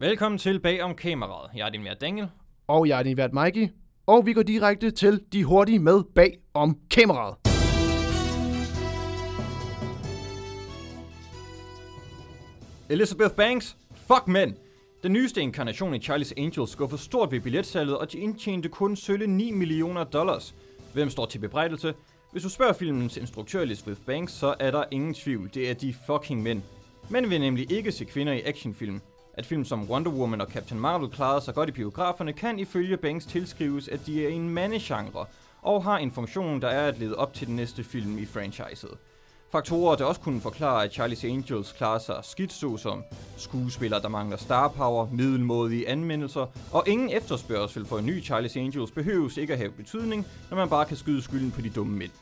Velkommen til Bag om kameraet. Jeg er din vært Daniel. Og jeg er din vært Mikey. Og vi går direkte til de hurtige med Bag om kameraet. Elizabeth Banks. Fuck mænd. Den nyeste inkarnation i Charlie's Angels skuffede stort ved billetsalget, og de indtjente kun sølle $9 millioner. Hvem står til bebrejdelse? Hvis du spørger filmens instruktør Elizabeth Banks, så er der ingen tvivl. Det er de fucking mænd. Mænd vil nemlig ikke se kvinder i actionfilm. At film som Wonder Woman og Captain Marvel klarede sig godt i biograferne, kan ifølge Banks tilskrives, at de er en mandegenre, og har en funktion, der er at lede op til den næste film i franchiset. Faktorer, der også kunne forklare, at Charlie's Angels klarer sig skidt, som skuespillere, der mangler star power, middelmådige anmeldelser, og ingen efterspørgsel for en ny Charlie's Angels behøves ikke at have betydning, når man bare kan skyde skylden på de dumme mænd.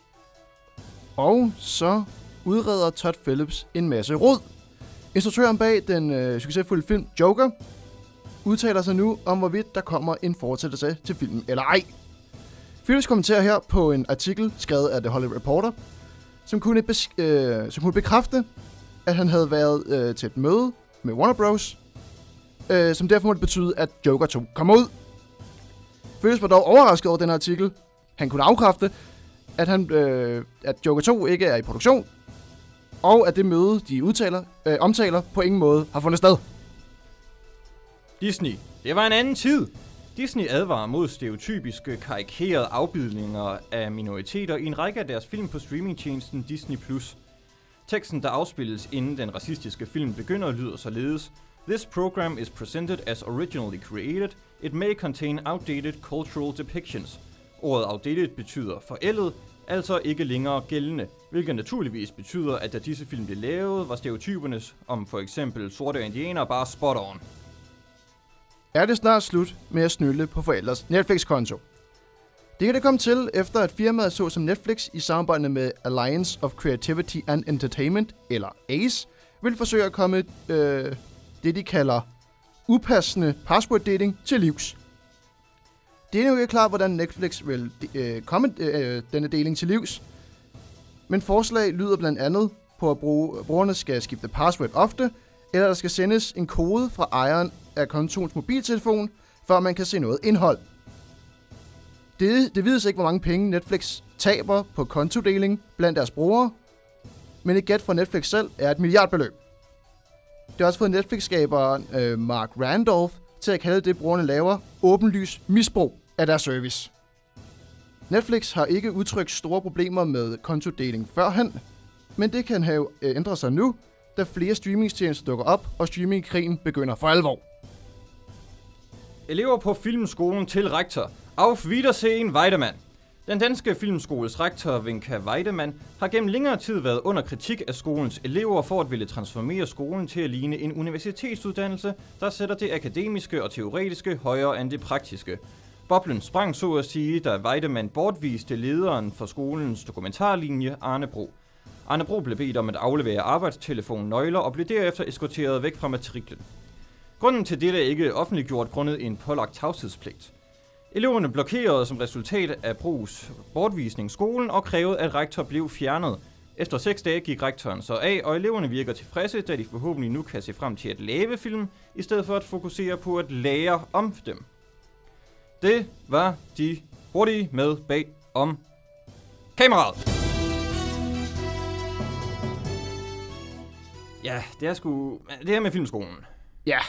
Og så udreder Todd Phillips en masse rod. Instruktøren bag den succesfulde film Joker udtaler sig nu om, hvorvidt der kommer en fortsættelse til filmen eller ej. Phillips kommenterer her på en artikel skrevet af The Hollywood Reporter, som kunne bekræfte, at han havde været til et møde med Warner Bros., som derfor måtte betyde, at Joker 2 kommer ud. Phillips var dog overrasket over den artikel. Han kunne afkræfte, at Joker 2 ikke er i produktion, og at det møde, de omtaler, på ingen måde har fundet sted. Disney. Det var en anden tid. Disney advarer mod stereotypiske, karikerede afbildninger af minoriteter i en række af deres film på streamingtjenesten Disney+. Teksten, der afspilles inden den racistiske film begynder, lyder således: This program is presented as originally created. It may contain outdated cultural depictions. Ordet outdated betyder forældet, altså ikke længere gældende, hvilket naturligvis betyder, at da disse film blev lavet, var stereotyperne om for eksempel sorte indianere bare spot on. Er det snart slut med at snylde på forældres Netflix-konto? Det kan det komme til, efter at firmaet såsom Netflix i samarbejde med Alliance of Creativity and Entertainment, eller ACE, vil forsøge at komme det, de kalder upassende password-dating til livs. Det er endnu ikke klart, hvordan Netflix vil komme denne deling til livs, men forslag lyder blandt andet på, at brugerne skal skifte password ofte, eller der skal sendes en kode fra ejeren af kontoens mobiltelefon, før man kan se noget indhold. Det vides ikke, hvor mange penge Netflix taber på kontodeling blandt deres brugere, men et gæt fra Netflix selv er et milliardbeløb. Det har også fået Netflix-skaberen Mark Randolph til at kalde det, brugerne laver, åbenlys misbrug af deres service. Netflix har ikke udtrykt store problemer med kontodeling førhen, men det kan have ændret sig nu, da flere streamingtjenester dukker op, og streamingkrigen begynder for alvor. Elever på Filmskolen til rektor. Auf Wiedersehen, Weidemann. Den danske filmskoles rektor, Wenche Weidemann, har gennem længere tid været under kritik af skolens elever for at ville transformere skolen til at ligne en universitetsuddannelse, der sætter det akademiske og teoretiske højere end det praktiske. Boblen sprang så at sige, da Weidemann bortviste lederen for skolens dokumentarlinje, Arne Bro. Arne Bro blev bedt om at aflevere arbejdstelefonnøgler og blev derefter eskorteret væk fra matriklen. Grunden til dette er ikke offentliggjort grundet en pålagt tavshedspligt. Eleverne blokerede som resultat af Bros bortvisning skolen og krævede, at rektor blev fjernet. Efter 6 dage gik rektoren så af, og eleverne virker tilfredse, da de forhåbentlig nu kan se frem til at lave film, i stedet for at fokusere på at lære om dem. Det var de hurtige med bag om kameraet. Ja, det er sgu det her med filmskolen. Ja.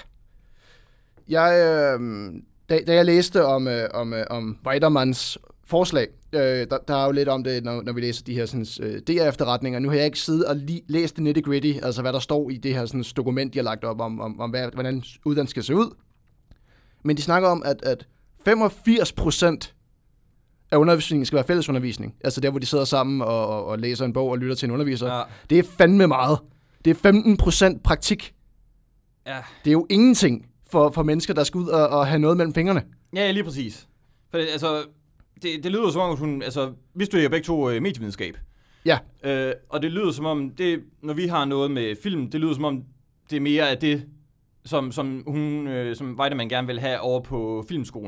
Da jeg læste om Weidemanns forslag, der er jo lidt om det, når vi læser de her DR-efterretninger. Nu har jeg ikke siddet og læst det nitty-gritty, altså hvad der står i det her sådan, dokument, de har lagt op om hvordan uddannelsen skal se ud. Men de snakker om, at 85% af undervisningen skal være fællesundervisning. Altså der, hvor de sidder sammen og læser en bog og lytter til en underviser. Ja. Det er fandme meget. Det er 15% praktik. Ja. Det er jo ingenting for mennesker, der skal ud og have noget mellem fingrene. Ja, lige præcis. For altså, det lyder som om, at hun... Altså, vi studerer begge to medievidenskab. Ja. Og det lyder som om, når vi har noget med film, det lyder som om, det er mere af det, som Weidemann gerne vil have over på filmskolen.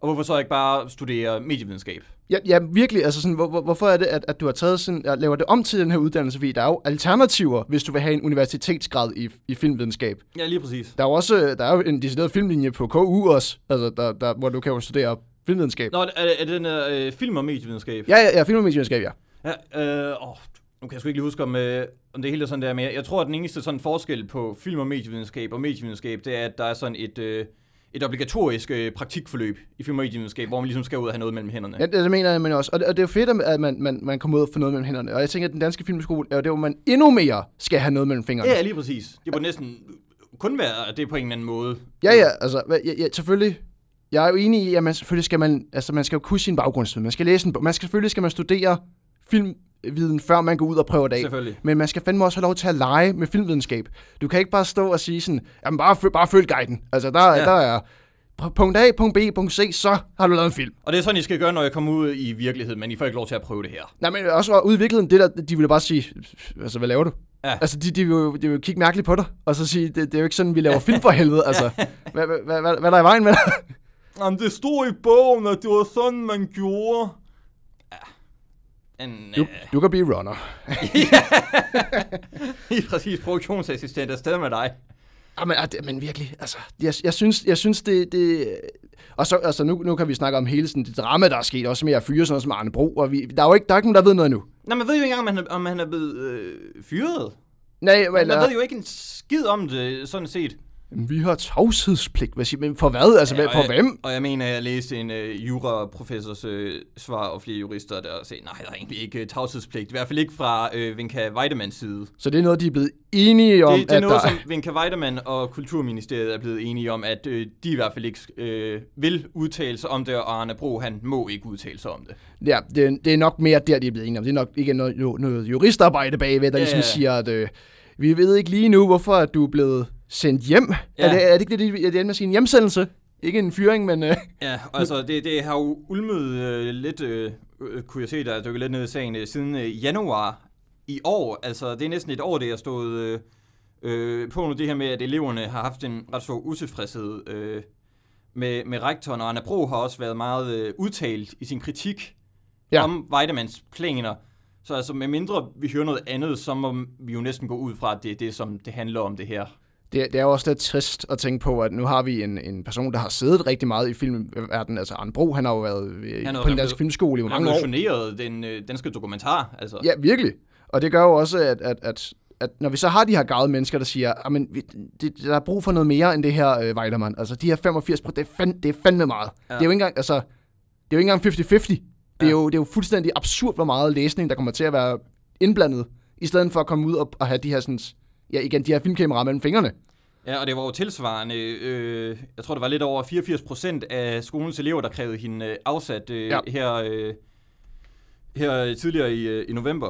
Og hvorfor så ikke bare studere medievidenskab? Ja, virkelig. Altså sådan, hvorfor er det, at du har taget sådan, at laver det om til den her uddannelse? Fordi der er jo alternativer, hvis du vil have en universitetsgrad i filmvidenskab. Ja, lige præcis. Der er jo en decideret filmlinje på KU også, altså hvor du kan jo studere filmvidenskab. Nå, er det den film- og medievidenskab? Ja, film- og medievidenskab, ja. Nu kan jeg sgu ikke lige huske, om det er helt sådan der, men jeg tror, at den eneste sådan forskel på film- og medievidenskab, det er, at der er sådan et obligatorisk praktikforløb i film- og medievidenskab, hvor man ligesom skal ud og have noget mellem hænderne. Ja, det mener jeg men også. Og det er jo fedt, at man kommer ud og får noget mellem hænderne. Og jeg tænker, at den danske filmskole er jo det, hvor man endnu mere skal have noget mellem fingrene. Ja, lige præcis. Det burde næsten kun være det på en eller anden måde. Ja, altså, selvfølgelig. Jeg er jo enig i, at man selvfølgelig skal man skal jo kunne sin baggrundsviden. Man skal læse en bog. Selvfølgelig skal man studere filmviden, før man går ud og prøver det af. Selvfølgelig. Men man skal fandme også have lov til at lege med filmvidenskab. Du kan ikke bare stå og sige sådan, jamen bare følg guiden. Altså, der er punkt A, punkt B, punkt C, så har du lavet en film. Og det er sådan, I skal gøre, når jeg kommer ud i virkeligheden, men I får ikke lov til at prøve det her. Nej, men også ude i virkeligheden, det der, de ville bare sige, altså, hvad laver du? Ja. Altså, de vil jo kigge mærkeligt på dig, og så sige, det er jo ikke sådan, vi laver film for helvede. Altså, hvad er der i vejen med det? Jamen, det stod i bogen, at det var sådan, man gjorde. Du kan blive runner. I præcis produktionsassistent afsted med dig. Men virkelig, altså, jeg synes det og så altså nu kan vi snakke om hele sådan det drama, der er sket, også med at fyre sådan noget som Arne Bro, og der er ikke nogen, der ved noget endnu. Nej, man ved jo ikke engang, om han er blevet fyret. Nej, men man ved jo ikke en skid om det, sådan set. Vi har tavshedspligt. Men for hvad? Altså, ja, for hvem? Og jeg mener, jeg læste en juraprofessors svar og flere jurister, der sagde, nej, der er egentlig ikke tavshedspligt. I hvert fald ikke fra Vinka Weidemanns side. Så det er noget, de er blevet enige om? Det er noget, som Vinka Weidemann og Kulturministeriet er blevet enige om, at de i hvert fald ikke vil udtale sig om det, og Arne Bro, han må ikke udtale sig om det. Ja, det er nok mere der, de er blevet enige om. Det er nok ikke noget juristarbejde bagved, der ligesom siger, at vi ved ikke lige nu, hvorfor du er blevet sendt hjem. Ja. Er det ikke det, det med sin hjemsendelse? Ikke en fyring, men... Ja, altså det har jo ulmet lidt, kunne jeg se, der dykker lidt ned i sagen, siden januar i år. Altså, det er næsten et år, det har stået på nu det her med, at eleverne har haft en ret stor utilfredshed med rektoren, og Arne Bro har også været meget udtalt i sin kritik om Weidemanns planer. Så altså, med mindre vi hører noget andet, så må vi jo næsten gå ud fra, at det er det, som det handler om det her. Det er jo også lidt trist at tænke på, at nu har vi en person, der har siddet rigtig meget i filmverdenen. Altså Arne Bro, han har jo været på den danske filmskole i mange år. Han har revolutioneret den danske dokumentar. Altså. Ja, virkelig. Og det gør jo også, at når vi så har de her gavede mennesker, der siger, at der er brug for noget mere end det her Weidemann. Altså de her 85%, det er fandme meget. Ja. Det er jo ikke engang 50-50. Det er jo fuldstændig absurd, hvor meget læsning, der kommer til at være indblandet, i stedet for at komme ud og have de her sådan, de her filmkameraer mellem fingrene. Ja, og det var jo tilsvarende, jeg tror det var lidt over 84% af skolens elever, der krævede hende afsat her tidligere i november.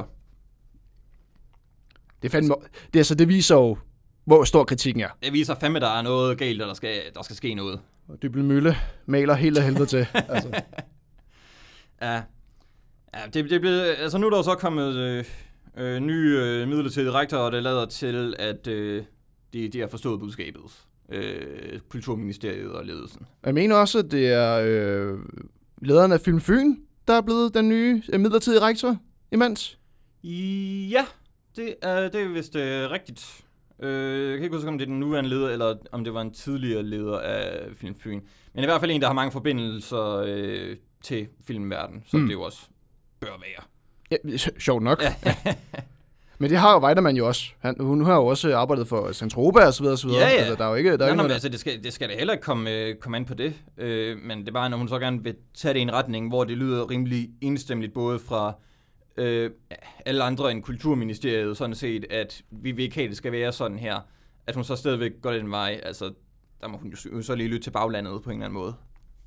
Det viser jo, hvor stor kritikken er. Det viser fandme, der er noget galt, og der skal ske noget. Dybbel Mølle maler helt af helvede til. Altså. Ja, det blev, altså nu er der så kommet nye midlertidige rektorer, og det lader til, at de har forstået budskabet. Kulturministeriet og ledelsen. Jeg mener også, at det er lederen af Film Fyn, der er blevet den nye midlertidige rektor imens. Ja, det er vist rigtigt. Jeg kan ikke huske, om det er den nuværende leder, eller om det var en tidligere leder af Film Fyn. Men i hvert fald en, der har mange forbindelser til filmverdenen, som det jo også bør være. Ja, sjovt nok. Ja. Men det har jo Weidemann jo også. Hun har jo også arbejdet for Centropa og så videre. Ja. Altså, der er jo ikke... Altså, det skal da heller ikke komme an på det. Men det er bare, når hun så gerne vil tage det i en retning, hvor det lyder rimelig enstemmigt, både fra alle andre end Kulturministeriet, sådan set, at vi vil ikke have, det skal være sådan her. At hun så stadigvæk går den vej. Altså, der må hun jo så lige lytte til baglandet på en eller anden måde.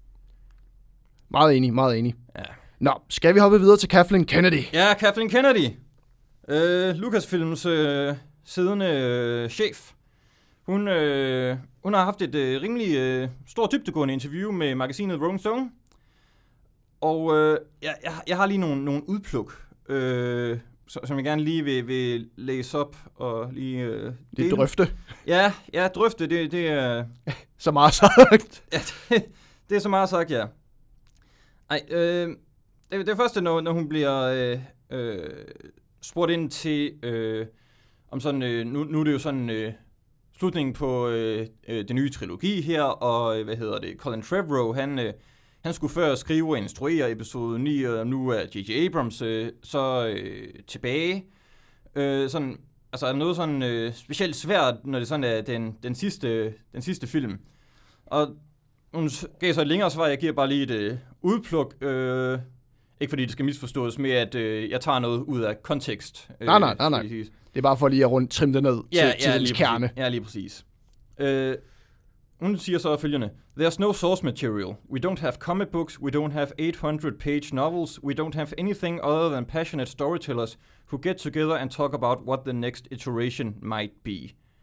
Meget enig. Ja. Nå, skal vi hoppe videre til Kathleen Kennedy? Ja, Kathleen Kennedy. Lucasfilms siddende chef. Hun har haft et rimelig stort dybdegående interview med magasinet Rolling Stone. Og jeg har lige nogle udpluk, som jeg gerne lige vil læse op og lige det drøfte. Ja, drøfte, det er... Så meget sagt. Ja, det er så meget sagt, ja. Nej, det er første, når hun bliver spurgt ind til, om sådan, nu er det jo sådan slutningen på den nye trilogi her, og Colin Trevorrow, han skulle før skrive og instruere episode 9, og nu er J.J. Abrams tilbage. Sådan, altså er der noget sådan specielt svært, når det sådan er den sidste film. Og hun gav så et længere svar, jeg giver bare lige et udpluk. Ikke fordi det skal misforstås med, at jeg tager noget ud af kontekst. Nej. Det er bare for lige at trimme det ned til dens kerne. Ja, lige præcis. Hun siger så følgende. There's no source material. We don't have comic books. We don't have 800-page novels. We don't have anything other than passionate storytellers who get together and talk about what the next iteration might be.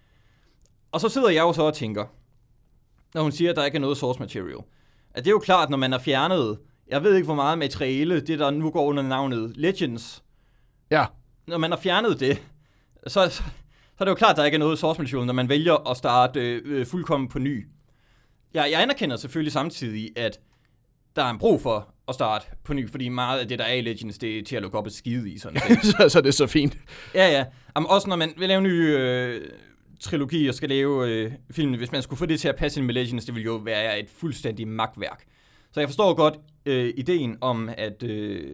Og så sidder jeg jo så og tænker, når hun siger, at der ikke er noget source material, at det er jo klart, når man har fjernet, jeg ved ikke hvor meget materiale, det der nu går under navnet Legends. Ja. Når man har fjernet det, så er det jo klart, at der ikke er noget source material, når man vælger at starte fuldkommen på ny. Jeg anerkender selvfølgelig samtidig, at der er en brug for at starte på ny, fordi meget af det, der er i Legends, det er til at lukke op et skide i. Sådan så det er så fint. Ja. Også når man vil lave en ny trilogi og skal lave filmen, hvis man skulle få det til at passe ind med Legends, det ville jo være et fuldstændigt magtværk. Så jeg forstår godt ideen om at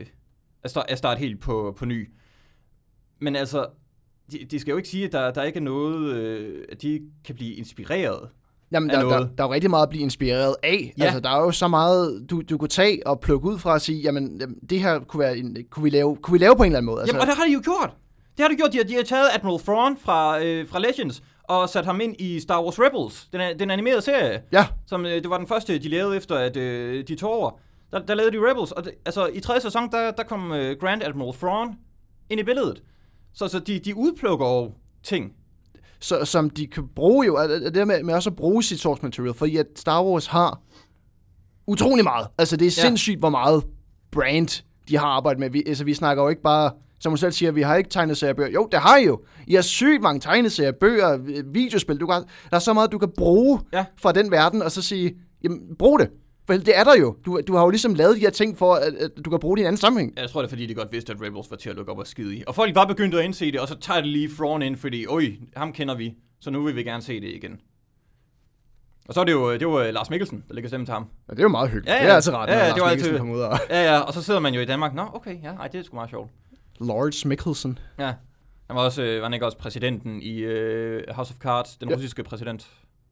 starte helt på ny. Men altså, de skal jo ikke sige, at der ikke er noget, at de kan blive inspireret. Jamen, der er jo rigtig meget at blive inspireret af. Ja. Altså, der er jo så meget, du kunne tage og plukke ud fra at sige, jamen, det her kunne vi lave på en eller anden måde. Altså. Jamen, og det har de jo gjort. Det har de gjort. De har taget Admiral Thrawn fra Legends og sat ham ind i Star Wars Rebels, den animerede serie. Ja. Som det var den første, de lavede efter, at de tog over. Der lavede de Rebels, og altså i 3. sæson, der kom Grand Admiral Thrawn ind i billedet. Så de udplukker jo ting. Som de kan bruge jo, det med også at bruge sit source material, fordi at Star Wars har utrolig meget. Altså det er sindssygt, hvor meget brand de har arbejdet med. Vi snakker jo ikke bare, som hun selv siger, vi har ikke tegneseriebøger. Jo, det har I jo. I har sygt mange tegneseriebøger, videospil. Der er så meget, du kan bruge fra den verden, og så sige, jamen, brug det. For det er der jo. Du har jo ligesom lavet de her ting for, at du kan bruge det i en anden sammenhæng. Jeg tror, det er fordi, de godt vidste, at Rebels var til at lukke op og skide i. Og folk var begyndt at indse det, og så tager det lige Thrawn ind, fordi, ham kender vi, så nu vil vi gerne se det igen. Og så er det jo Lars Mikkelsen, der lægger stemme til ham. Ja, det er jo meget hyggeligt. Ja. Det er altså ret, når Lars Mikkelsen kommer ud. Og så sidder man jo i Danmark. Nå, okay, det er sgu meget sjovt. Lars Mikkelsen. Ja, var han ikke også præsidenten i House of Cards, den russiske præsident?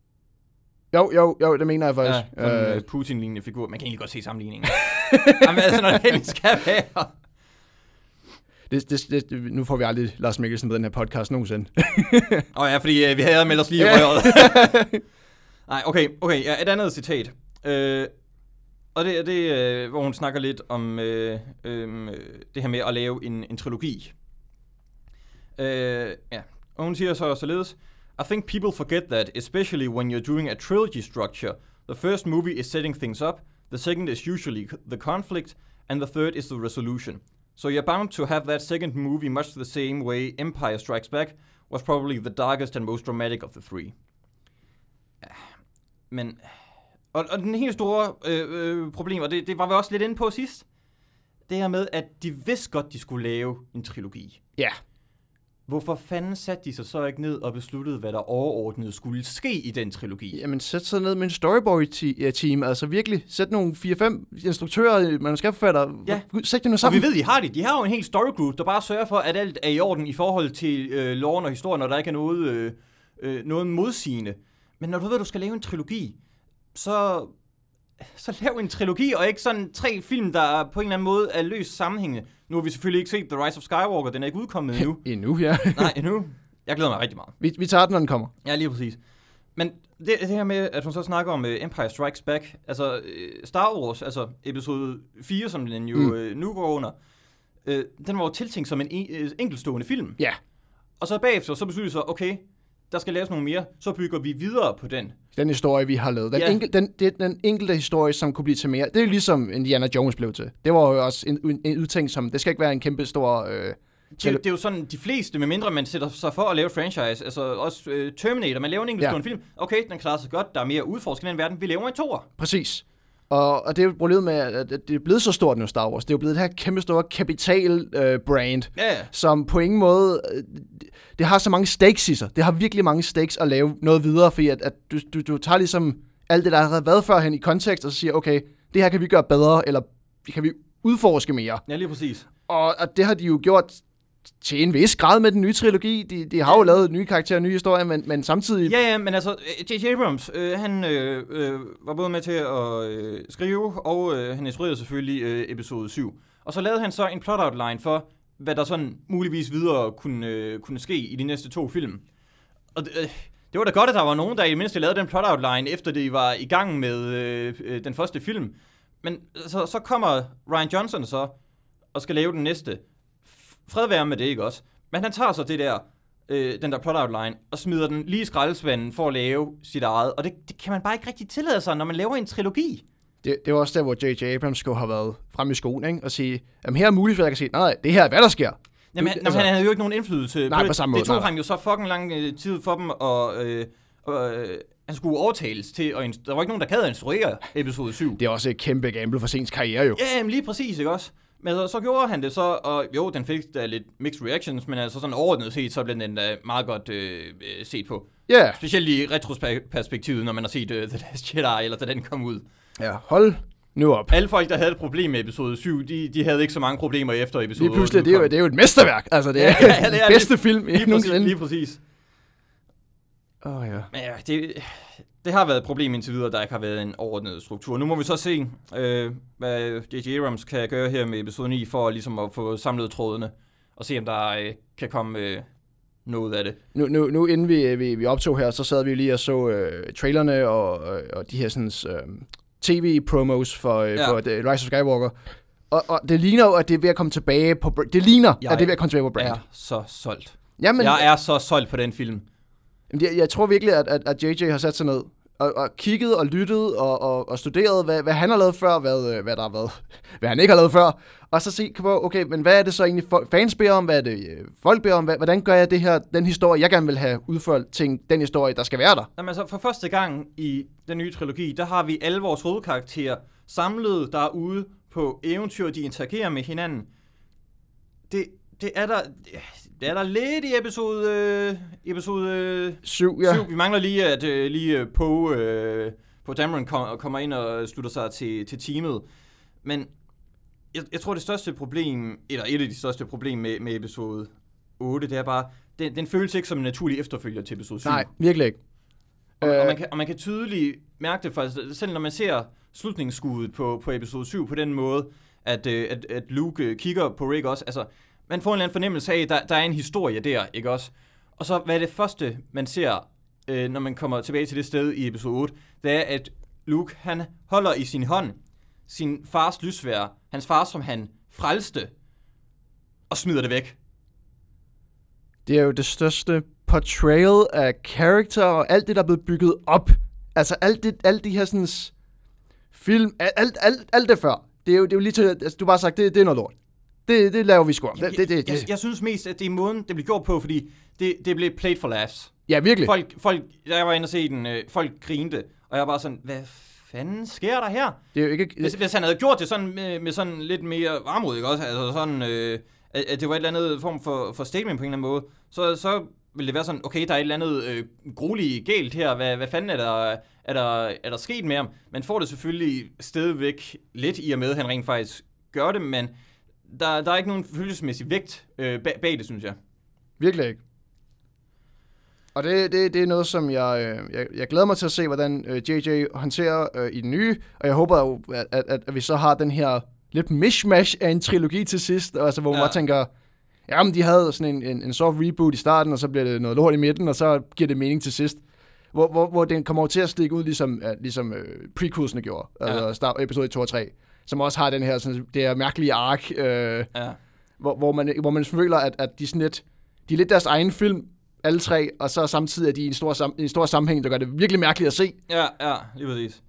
Jo, det mener jeg faktisk. Ja, en Putin-lignende figur. Man kan egentlig godt se sammenligningen. Jamen, altså, når det skal være. Nu får vi aldrig Lars Mikkelsen med den her podcast nogensinde. Fordi vi havde meldt os lige i røret. Nej, okay, ja, et andet citat. Og det er, hvor hun snakker lidt om det her med at lave en trilogi. Og hun siger således, I think people forget that, especially when you're doing a trilogy structure. The first movie is setting things up, the second is usually the conflict, and the third is the resolution. So you're bound to have that second movie much the same way Empire Strikes Back was probably the darkest and most dramatic of the three. Men, og den helt store problem, og det var vi også lidt inde på sidst, det her med, at de vidste godt, de skulle lave en trilogi. Ja. Hvorfor fanden satte de sig så ikke ned og besluttede, hvad der overordnet skulle ske i den trilogi? Jamen, sæt sig ned med en storyboard-team. Altså virkelig, sæt nogle 4-5 instruktører, manuskriptforfattere. Ja. Sæt det nu sammen. Og vi ved, de har det. De har jo en hel story group, der bare sørger for, at alt er i orden i forhold til loven og historien, og der ikke er noget modsigende. Men når du ved, du skal lave en trilogi, så lav en trilogi, og ikke sådan 3 film, der på en eller anden måde er løst sammenhængende. Nu har vi selvfølgelig ikke set The Rise of Skywalker, den er ikke udkommet endnu. Endnu, ja. Nej, endnu. Jeg glæder mig rigtig meget. Vi tager den, når den kommer. Ja, lige præcis. Men det her med, at hun så snakker om Empire Strikes Back, altså Star Wars, altså episode 4, som den jo nu går under, den var jo tiltænkt som en enkeltstående film. Ja. Og så bagefter, så beslutter så, okay, der skal laves nogle mere, så bygger vi videre på den. Den historie, vi har lavet. Den enkelte historie, som kunne blive til mere. Det er jo ligesom Indiana Jones blev til. Det var jo også en udtænkt som, det skal ikke være en kæmpe stor... det er jo sådan, de fleste, medmindre man sætter sig for at lave franchise, altså også Terminator, man laver en enkeltstående film. Okay, den klarer sig godt, der er mere udforsket i den verden, vi laver en toer. Præcis. Og det er jo problemet med, at det er blevet så stort nu, Star Wars. Det er jo blevet det her kæmpe store kapital-brand, som på ingen måde... Det har så mange stakes i sig. Det har virkelig mange stakes at lave noget videre, fordi at du tager ligesom alt det, der har været førhen i kontekst, og så siger, okay, det her kan vi gøre bedre, eller kan vi udforske mere. Ja, lige præcis. Og det har de jo gjort til en vis grad med den nye trilogi. De har jo lavet nye karakterer, nye historier, men samtidig... Ja, men altså, J.J. Abrams, han var både med til at skrive, og han instruerede selvfølgelig episode 7. Og så lavede han så en plot outline for, hvad der sådan muligvis videre kunne ske i de næste 2 film. Og det var da godt, at der var nogen, der i det mindste lavede den plot outline, efter de var i gang med den første film. Men så kommer Rian Johnson så, og skal lave den næste. Fred være med det, ikke også? Men han tager så det der, den der plot outline, og smider den lige i skraldespanden for at lave sit eget. Og det kan man bare ikke rigtig tillade sig, når man laver en trilogi. Det var også der, hvor J.J. Abrams skulle have været fremme i skoen, ikke? Og sige, jamen her er muligt, for jeg kan sige, nej, det her er, hvad der sker. Jamen, han havde jo ikke nogen indflydelse på samme måde. Det tog ham jo så fucking lang tid for dem, og han skulle overtales til, og der var ikke nogen, der gad at instruere episode 7. Det er også et kæmpe gamble for Sens karriere, jo. Ja, jamen lige præcis, ikke også? Men så gjorde han det så, og jo, den fik da lidt mixed reactions, men altså sådan overordnet set, så blev den da meget godt set på. Ja. Yeah. Specielt i retrospektivet, når man har set The Last Jedi, eller da den kom ud. Ja, hold nu op. Alle folk, der havde et problem med episode 7, de havde ikke så mange problemer efter episode 8. Lige pludselig, det er jo et mesterværk. Altså, det er den bedste film i nogensinde. Lige præcis. Ja. Men ja, det har været et problem indtil videre, der ikke har været en overordnet struktur. Nu må vi så se, hvad J.J. Abrams kan gøre her med episode 9, for ligesom at få samlet trådene, og se, om der kan komme noget af det. Nu inden vi optog her, så sad vi lige og så trailerne og de her sådan, tv-promos for Rise of Skywalker. Og det ligner jo, at det er ved at komme tilbage på... at det er ved at komme tilbage på brand. Jeg er så solgt. Jamen, jeg er så solgt på den film. Jeg tror virkelig, at JJ har sat sig ned og kigget og lyttet og studeret, hvad han har lavet før, hvad der har været, hvad han ikke har lavet før. Og så se på, okay, men hvad er det så egentlig fans beder om? Hvad er det folk beder om? Hvordan gør jeg det her, den historie, jeg gerne vil have udført til den historie, der skal være der? Jamen altså, for første gang i den nye trilogi, der har vi alle vores hovedkarakterer samlet derude på eventyr, de interagerer med hinanden. Det er der lidt i episode 7, ja. 7. Vi mangler lige, at Poe Dameron kommer ind og slutter sig til teamet. Men jeg tror, det største problem, eller et af de største problemer med episode 8, det er bare, den føles ikke som en naturlig efterfølger til episode 7. Nej, virkelig ikke. Og man kan tydeligt mærke det faktisk, selv når man ser slutningsskuddet på episode 7 på den måde, at Luke kigger på Rick også. Altså, man får en eller anden fornemmelse af, at der er en historie der, ikke også? Og så, hvad er det første, man ser, når man kommer tilbage til det sted i episode 8, det er, at Luke, han holder i sin hånd sin fars lysværd, hans far, som han frelste, og smider det væk. Det er jo det største portrayal af character og alt det, der er blevet bygget op. Altså alt de her sådan film, alt det før. Det er jo lige til, altså, du har bare sagt, det er noget lort. Det laver vi sgu om. Jeg synes mest, at det er måden, det bliver gjort på, fordi det blev played for laughs. Ja, virkelig. Folk, jeg var inde og se den, folk grinte, og jeg var bare sådan, hvad fanden sker der her? Det er jo ikke... Hvis han havde gjort det sådan med sådan lidt mere varmod, ikke også? Altså sådan, at det var et eller andet form for statement på en eller anden måde, så ville det være sådan, okay, der er et eller andet grueligt galt her, hvad fanden er der sket med ham? Man får det selvfølgelig stadigvæk lidt i og med, at han rent faktisk gør det, men der er ikke nogen følelsesmæssig vægt bag det, synes jeg. Virkelig ikke. Og det er noget, som jeg glæder mig til at se, hvordan JJ håndterer i den nye, og jeg håber jo, at vi så har den her lidt mishmash af en trilogi til sidst, altså, hvor man bare tænker, jamen de havde sådan en soft reboot i starten, og så bliver det noget lort i midten, og så giver det mening til sidst. Hvor den kommer til at stikke ud, ligesom prequelsene gjorde, altså episode 2 og 3, som også har den her, sådan, det her mærkelige ark, hvor man føler, at de sådan lidt, de er lidt deres egen film, alle tre, og så samtidig er de i en stor sammenhæng, der gør det virkelig mærkeligt at se. Ja, lige præcis.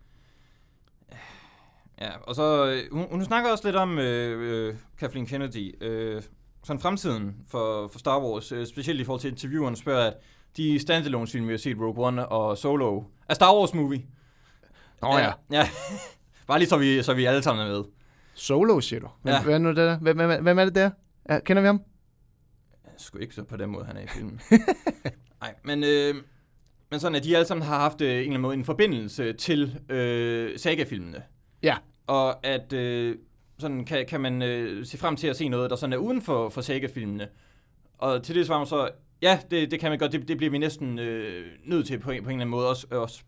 Ja, og så, hun snakker også lidt om Kathleen Kennedy, sådan fremtiden for Star Wars, specielt i forhold til interviewerne, spørger, at de standalone-film, vi har set, Rogue One og Solo, er Star Wars-movie. Ja. Ja. Bare lige så vi alle sammen er med. Solo, siger du? Ja. Hvad er nu det der? Hvem er det der? Ja, kender vi ham? Jeg skulle ikke så på den måde, han er i filmen. Nej, men sådan, at de alle sammen har haft en eller anden måde en forbindelse til saga-filmene. Ja. Og at sådan kan man se frem til at se noget, der sådan er uden for saga-filmene. Og til det svarer man så, ja, det kan man godt, det bliver vi næsten nødt til på en eller anden måde også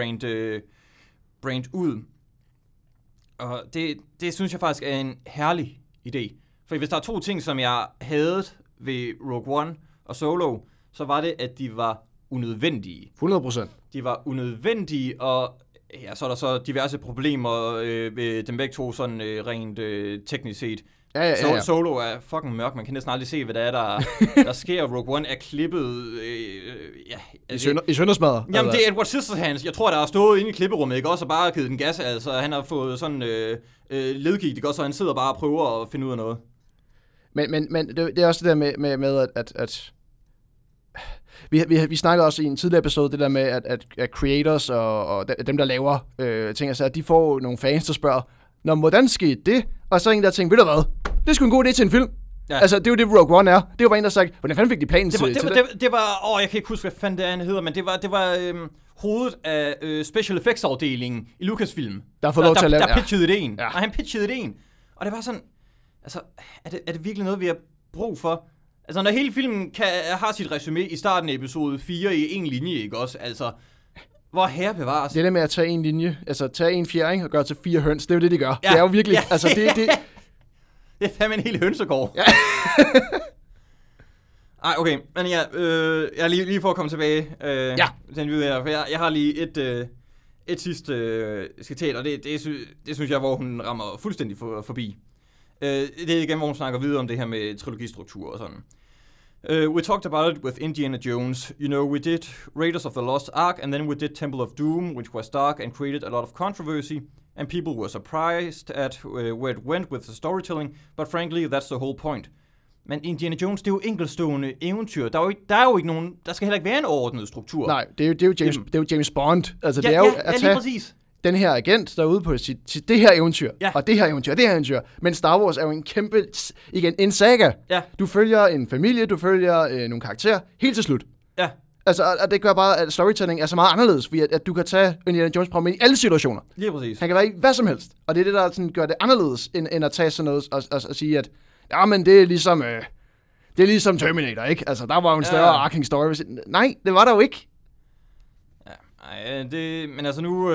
brand ud. Og det synes jeg faktisk er en herlig idé. For hvis der er 2 ting, som jeg hadede ved Rogue One og Solo, så var det, at de var unødvendige. 100%. De var unødvendige, og ja, så er der så diverse problemer ved dem begge to, sådan rent teknisk set. Ja. Solo er fucking mørk, man kan næsten aldrig se, hvad der sker. Rogue One er klippet... I søndersmadder. Jamen, det er Edward Scissorhands. Jeg tror, der har stået inde i klipperummet, ikke? Også og bare givet den gas, altså. Han har fået sådan ledgigt, ikke? Også, så han sidder bare og prøver at finde ud af noget. Men det er også det der med at vi snakkede også i en tidligere episode, det der med, at creators og dem, der laver ting, altså, at de får nogle fans, der spørger, hvordan skete det? Og så er en, der tænker, ved du hvad? Det er sgu en god idé til en film. Ja. Altså, det er jo det, Rogue One er. Det var bare en, der sagde, hvordan fanden fik de planen til det? Det var, jeg kan ikke huske, hvad fanden det er, han hedder, men det var hovedet af special effects afdelingen i Lucasfilm. Der har fået lov til at lave, der pitchede det en. Ja. Og han pitchede det en. Og det var sådan, altså, er det virkelig noget, vi har brug for? Altså, når hele filmen har sit resume i starten af episode 4 i en linje, ikke også? Altså, hvor herre bevares. Det der med at tage en linje, altså tage en fjerding og gøre til 4 høns, det er jo det, de gør. Ja. Det er jo virkelig, altså det... Det er fandme en hel hønsegård. Ja. Ej, okay. Men jeg lige for at komme tilbage. Den videre her, for jeg har lige et sidste citat, og det synes jeg, hvor hun rammer fuldstændig forbi. Det er igen, hvor hun snakker videre om det her med trilogistruktur og sådan. We talked about it with Indiana Jones. You know, we did Raiders of the Lost Ark, and then we did Temple of Doom, which was dark and created a lot of controversy, and people were surprised at where it went with the storytelling, but frankly, that's the whole point. Men Indiana Jones, det er jo enkeltstående eventyr. Der er jo ikke nogen... Der skal heller ikke være en overordnet struktur. Nej, det er jo James Bond. Altså, det er jo at tage den her agent, der er ude på sit det her eventyr, og det her eventyr, og det her eventyr. Men Star Wars er jo en kæmpe... Igen, en saga. Ja. Du følger en familie, du følger nogle karakterer, helt til slut. Ja. Altså, og det gør bare, at storytelling er så meget anderledes, fordi at du kan tage Indiana Jones på i alle situationer. Lige præcis. Han kan være i hvad som helst. Og det er det, der sådan gør det anderledes, end at tage sådan noget og sige, at ja, men det er ligesom Terminator, ikke? Altså, der var jo en større arcing story. Nej, det var der jo ikke. Ja, men altså nu,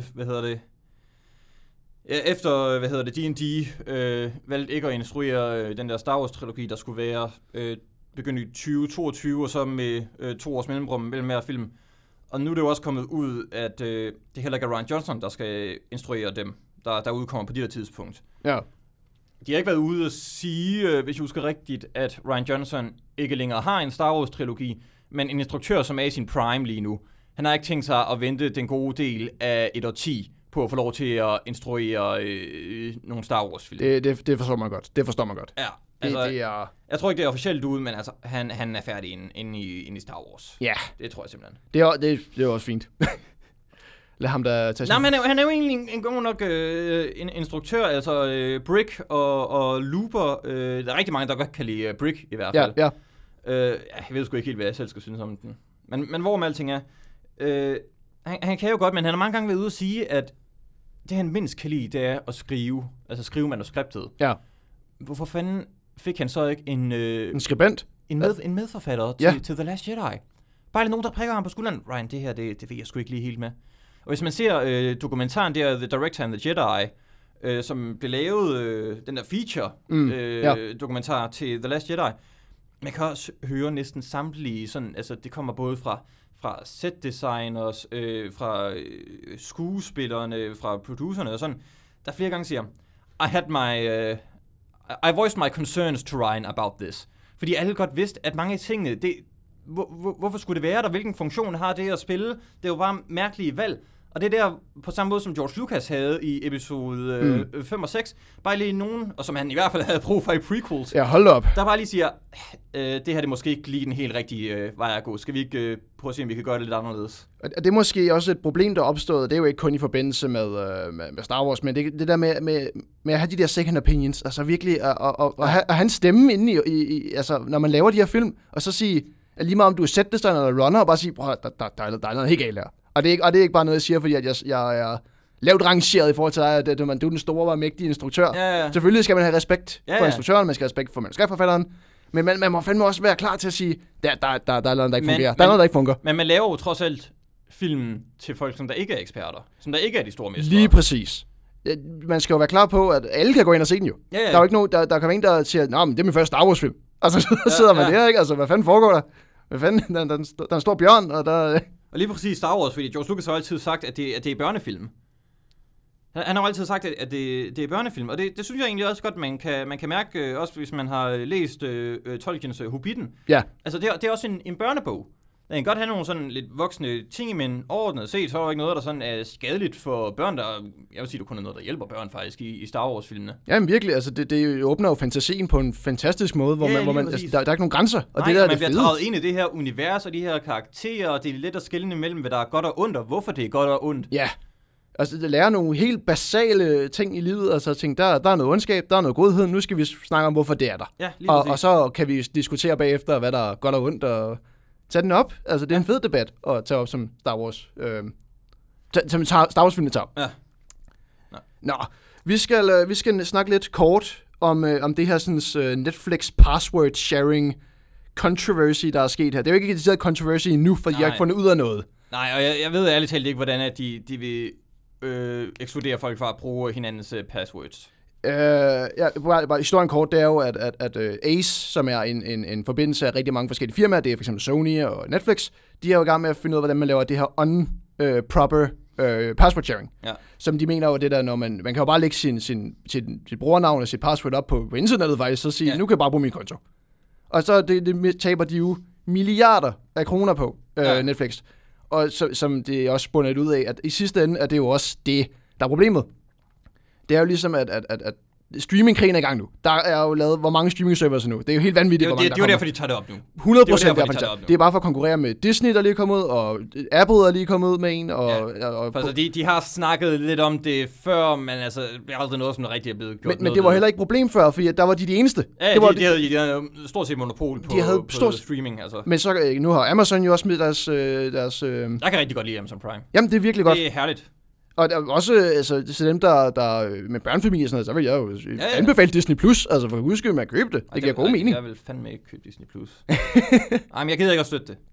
efter, D&D valgte ikke at instruere den der Star Wars-trilogi, der skulle være begyndt i 2022, og så med 2 års mellemrum mellem hver film. Og nu er det jo også kommet ud, at det heller ikke er Rian Johnson, der skal instruere dem, der udkommer på det her tidspunkt. Ja. De har ikke været ude at sige, hvis jeg husker rigtigt, at Rian Johnson ikke længere har en Star Wars-trilogi, men en instruktør, som er i sin prime lige nu. Han har ikke tænkt sig at vente den gode del af et årti på at få lov til at instruere nogle Star Wars-film. Det forstår man godt. Det forstår man godt. Ja, altså, jeg tror ikke, det er officielt ude, men altså, han er færdig inde i Star Wars. Ja. Det tror jeg simpelthen. Det er også fint. Lad ham da tage sin... Nej, men han er jo egentlig en god nok en instruktør, altså Brick og Looper. Der er rigtig mange, der godt kan lide Brick i hvert fald. Ja. Jeg ved sgu ikke helt, hvad jeg selv skal synes om den. Men hvor med alting er... Han kan jo godt, men han har mange gange været ude at sige, at det han mindst kan lide, det er at skrive manuskriptet. Ja. Hvorfor fanden fik han så ikke en skribent? En medforfatter til The Last Jedi? Bare nogen, der prikker ham på skulderen. Ryan, det her, det ved jeg sgu ikke lige helt med. Og hvis man ser dokumentaren der, The Director and the Jedi, som blev lavet, den der feature dokumentar til The Last Jedi, man kan også høre næsten samtlige sådan, altså det kommer både fra set designers, fra skuespillerne, fra producerne og sådan, der flere gange siger, I voiced my concerns to Rian about this. Fordi alle godt vidste, at mange af tingene, hvorfor skulle det være der? Hvilken funktion har det at spille? Det er jo bare mærkelige valg. Og det er der på samme måde, som George Lucas havde i episode 5 og 6. Bare lige nogen, og som han i hvert fald havde brug for i prequels. Ja, hold op. Der bare lige siger, det her det er måske ikke lige den helt rigtige vej at gå. Skal vi ikke prøve at se, om vi kan gøre det lidt anderledes? Og det er måske også et problem, der er opstået. Det er jo ikke kun i forbindelse med Star Wars, men det der med at have de der second opinions. Altså virkelig at have en stemme inde i altså, når man laver de her film, og så sige, at lige meget om du er set-designer eller runner, og bare sige, der er noget helt galt her. Og det er ikke bare noget, jeg siger, fordi at jeg er lavt rangeret i forhold til dig, at du er den store og mægtige instruktør. Ja. Selvfølgelig skal man have respekt for instruktøren, man skal have respekt for manuskriptforfatteren, men man må fandme også være klar til at sige, der er noget, der ikke fungerer. Der er noget, der ikke fungerer. Men man laver jo trods alt filmen til folk, som der ikke er eksperter, som der ikke er de store mestre. Lige præcis. Man skal jo være klar på, at alle kan gå ind og se den jo. Ja. Der er jo ikke nogen, der kan være en, der siger, men det er min første Star Wars-film. Og så sidder man der, ikke? Altså, hvad fanden foregår der? Hvad fanden? Der er en stor bjørn, og der... Og lige præcis Star Wars, fordi George Lucas har altid sagt, at det er børnefilm. Han har altid sagt, at det er børnefilm, og det synes jeg egentlig også godt, man kan mærke, også hvis man har læst Tolkiens Hobbiten. Ja. Altså, det er også en børnebog. Der kan godt have nogle sådan lidt voksne ting, men overordnet set, så er der ikke noget, der sådan er skadeligt for børn, jeg vil sige, du kun er noget, der hjælper børn faktisk i Star Wars-filmene. Jamen virkelig, altså det åbner jo fantasien på en fantastisk måde, hvor man altså, der er ikke nogen grænser. Og det der, man bliver draget ind i det her univers og de her karakterer, og det er let at skelne mellem, hvad der er godt og ondt, og hvorfor det er godt og ondt. Ja, altså det lærer nogle helt basale ting i livet, altså ting, der er noget ondskab, der er noget godhed, nu skal vi snakke om, hvorfor det er der. Ja, lige og så kan vi diskutere bagefter, hvad der er godt og ondt, og tage den op. Altså, det er en fed debat at tage op som Star Wars. Som Star Wars-filmen tager op. Ja. Nå, vi skal snakke lidt kort om det her sådan, Netflix password sharing controversy, der er sket her. Det er jo ikke et controversy endnu, for jeg har ikke fundet ud af noget. Nej, og jeg ved ærligt talt ikke, hvordan at de vil ekskludere folk fra at bruge hinandens passwords. Bare historien kort, det er jo, at Ace, som er en forbindelse af rigtig mange forskellige firmaer, det er for eksempel Sony og Netflix, de er jo i gang med at finde ud af, hvordan man laver det her proper password sharing. Ja. Som de mener jo det der, når man kan jo bare lægge sit brugernavn og sit password op på internettet faktisk, så sige, nu kan jeg bare bruge min konto. Og så det taber de jo milliarder af kroner på Netflix. Og som det er også bundet ud af, at i sidste ende er det jo også det, der er problemet. Det er jo ligesom, at streamingkrigen er i gang nu. Der er jo lavet, hvor mange streaming-servers nu. Det er jo helt vanvittigt, hvor mange der kommer. Det er jo derfor, de tager det op nu. 100% det er bare for at konkurrere med Disney, der lige er kommet ud, og Apple er lige kommet ud med en. Altså, de har snakket lidt om det før, men altså, det er aldrig noget, som der rigtig er blevet gjort. Men det var heller ikke et problem før, fordi der var de eneste. Ja, de havde stort set monopol på streaming. Altså. Men så nu har Amazon jo også med deres Jeg kan rigtig godt lide Amazon Prime. Jamen, det er virkelig godt. Det er herligt. Og også altså, til dem, der med børnefamilier og sådan noget, så vil jeg jo anbefale Disney+. Altså for huske, at man købe det. Det giver god mening. Jeg vil fandme ikke købe Disney+. Nej, men jeg gider ikke at støtte det.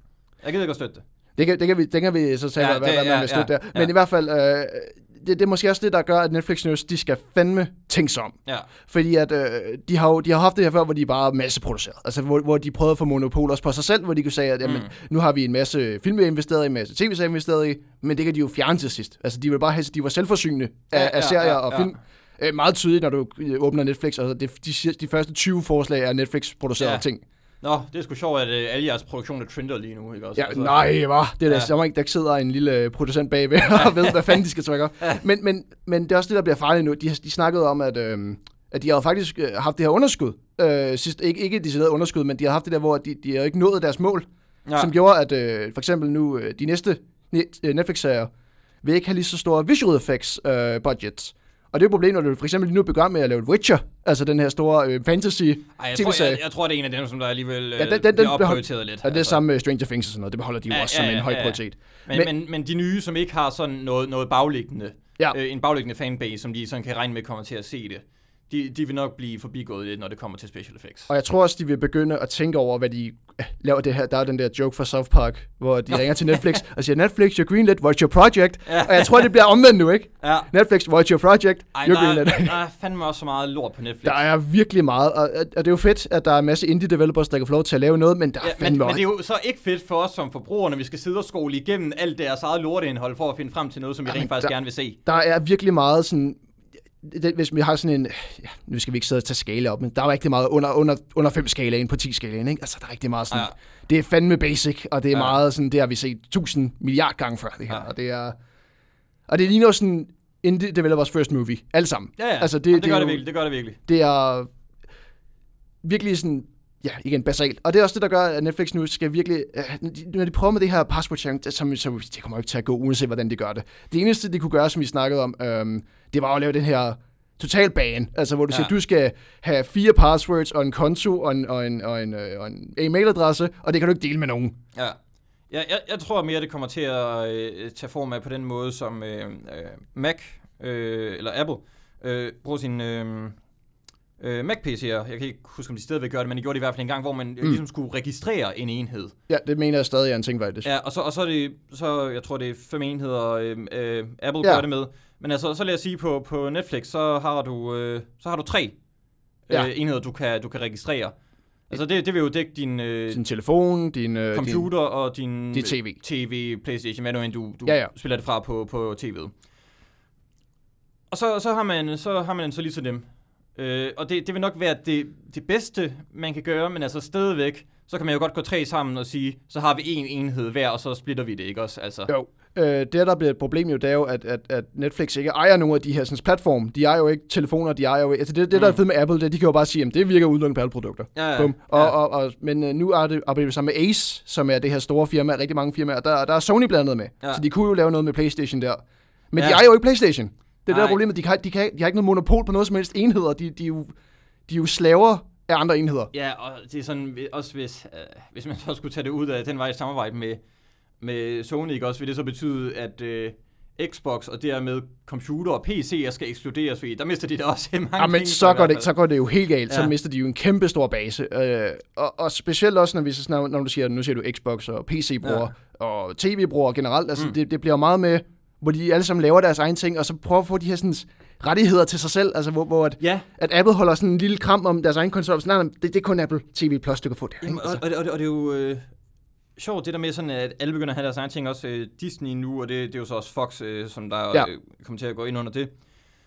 Det kan vi så tale om, hvad man vil støtte der. Men i hvert fald, det er måske også det, der gør, at Netflix News, de skal fandme tænke sig om. Ja. Fordi at de har haft det her før, hvor de bare masseproducerede. Altså hvor de prøvede at få monopol også på sig selv, hvor de kunne sige, at jamen, nu har vi en masse film investeret i, en masse tv-serier investeret i, men det kan de jo fjerne til sidst. Altså de vil bare have, de var selvforsynende af serier og film. Meget tydeligt, når du åbner Netflix. Altså de første 20 forslag er Netflix-producerede ting. Nå, det er sgu sjovt, at alle jeres produktioner trender lige nu, ikke også? Ja, altså. Nej, det er der, der sidder en lille producent bagved og ved, hvad fanden de skal trykke op. Men det er også det, der bliver farligt nu. De snakkede om, at de har faktisk haft det her underskud. Sidst, ikke decideret underskud, men de har haft det der, hvor de har ikke nået deres mål. Ja. Som gjorde, at for eksempel nu, de næste Netflix-serier vil ikke have lige så store visual effects budgets. Og det er et problem, når du for eksempel nu er begyndt med at lave Witcher, altså den her store fantasy-tv-serie. Jeg tror, det er en af dem, som der alligevel bliver opprioriteret lidt. Og det er samme med Stranger Things og sådan noget, det beholder de jo også som en høj prioritet. Men de nye, som ikke har sådan noget bagliggende, en bagliggende fanbase, som de sådan kan regne med kommer til at se det, de vil nok blive forbigået lidt, når det kommer til special effects. Og jeg tror også, de vil begynde at tænke over, hvad de laver det her. Der er den der joke fra South Park, hvor de ringer til Netflix og siger, Netflix, you're greenlit, what's your project? Og jeg tror, det bliver omvendt nu, ikke? Ja. Netflix, what's your project? You're greenlit. Der er fandme også så meget lort på Netflix. Der er virkelig meget, og det er jo fedt, at der er en masse indie-developers, der kan få lov til at lave noget, men der er fandme men det er jo så ikke fedt for os som forbrugere, når vi skal sidde og skole igennem alt deres eget lorteindhold for at finde frem til noget, som vi rent faktisk gerne vil se. Der er virkelig meget sådan... Hvis vi har sådan en... Ja, nu skal vi ikke sidde og tage skala op, men der er rigtig meget under 5 skalaen på 10 skalaen, ikke? Altså, der er rigtig meget sådan... Ja. Det er fandme basic, og det er meget sådan... Det har vi set 1000 milliard gange før, det her. Ja. Og det er... Og det ligner jo sådan indie developers first movie. Alle sammen. Ja. Altså, det gør det virkelig. Det gør det virkelig. Det er virkelig sådan, ja, igen, basalt. Og det er også det, der gør, at Netflix nu skal virkelig, når de prøver med det her password sharing, så det kommer ikke til at gå, uanset hvordan de gør det. Det eneste, de kunne gøre, som vi snakkede om, det var at lave den her total ban, altså hvor du siger, du skal have 4 passwords og en konto og en e-mailadresse, og det kan du ikke dele med nogen. Ja. Jeg tror mere, det kommer til at tage form af på den måde, som Mac eller Apple bruger sin Mac-PC'er. Jeg kan ikke huske, om de stadigvæk gør det, men de gjorde det i hvert fald en gang, hvor man ligesom skulle registrere en enhed. Ja, det mener jeg stadig er en ting, faktisk. Ja, og så er det, jeg tror, det er 5 enheder, Apple gør det med. Men altså, så lad os sige, på Netflix, så har du 3 enheder, du kan registrere. Altså, det vil jo dække din telefon, din computer og din TV, PlayStation, hvad nu end du spiller det fra på TV'et. Og så har man så lige til dem. Og det vil nok være det bedste, man kan gøre, men altså stadigvæk, så kan man jo godt gå 3 sammen og sige, så har vi en enhed hver, og så splitter vi det, ikke også? Altså. Jo. Det, der bliver et problem jo, det er jo, at Netflix ikke ejer nogen af de her sådan, platforme. De ejer jo ikke telefoner, de ejer jo ikke. Altså det der er fedt med Apple, de kan jo bare sige, at det virker udelukkende på alle produkter. Ja. Men nu arbejder vi sammen med Ace, som er det her store firma, rigtig mange firmaer. Der er Sony blandet med, så de kunne jo lave noget med PlayStation der. Men de ejer jo ikke PlayStation. Det er der problemet, de har ikke noget monopol på noget som helst enheder. De er jo slaver af andre enheder. Ja, og det er sådan, også hvis man så skulle tage det ud af den vej i samarbejde med Sony, ikke også, vil det så betyde, at Xbox og dermed computer og PC'er skal ekskluderes, fordi der mister de da også mange penge. Men så går det jo helt galt. Så mister de jo en kæmpe stor base. Og specielt også, når du siger, nu siger du Xbox og PC-brugere og TV-brugere generelt. Altså, det bliver jo meget med, hvor de alle sammen laver deres egen ting, og så prøver at få de her sådan rettigheder til sig selv, altså hvor at Apple holder sådan en lille kram om deres egen konsol. Nej, det er kun Apple TV Plus, du kan få det. Jamen, og det er jo sjovt, det der med sådan, at alle begynder at have deres egen ting, også Disney nu, og det er jo så også Fox, som der kommer til at gå ind under det.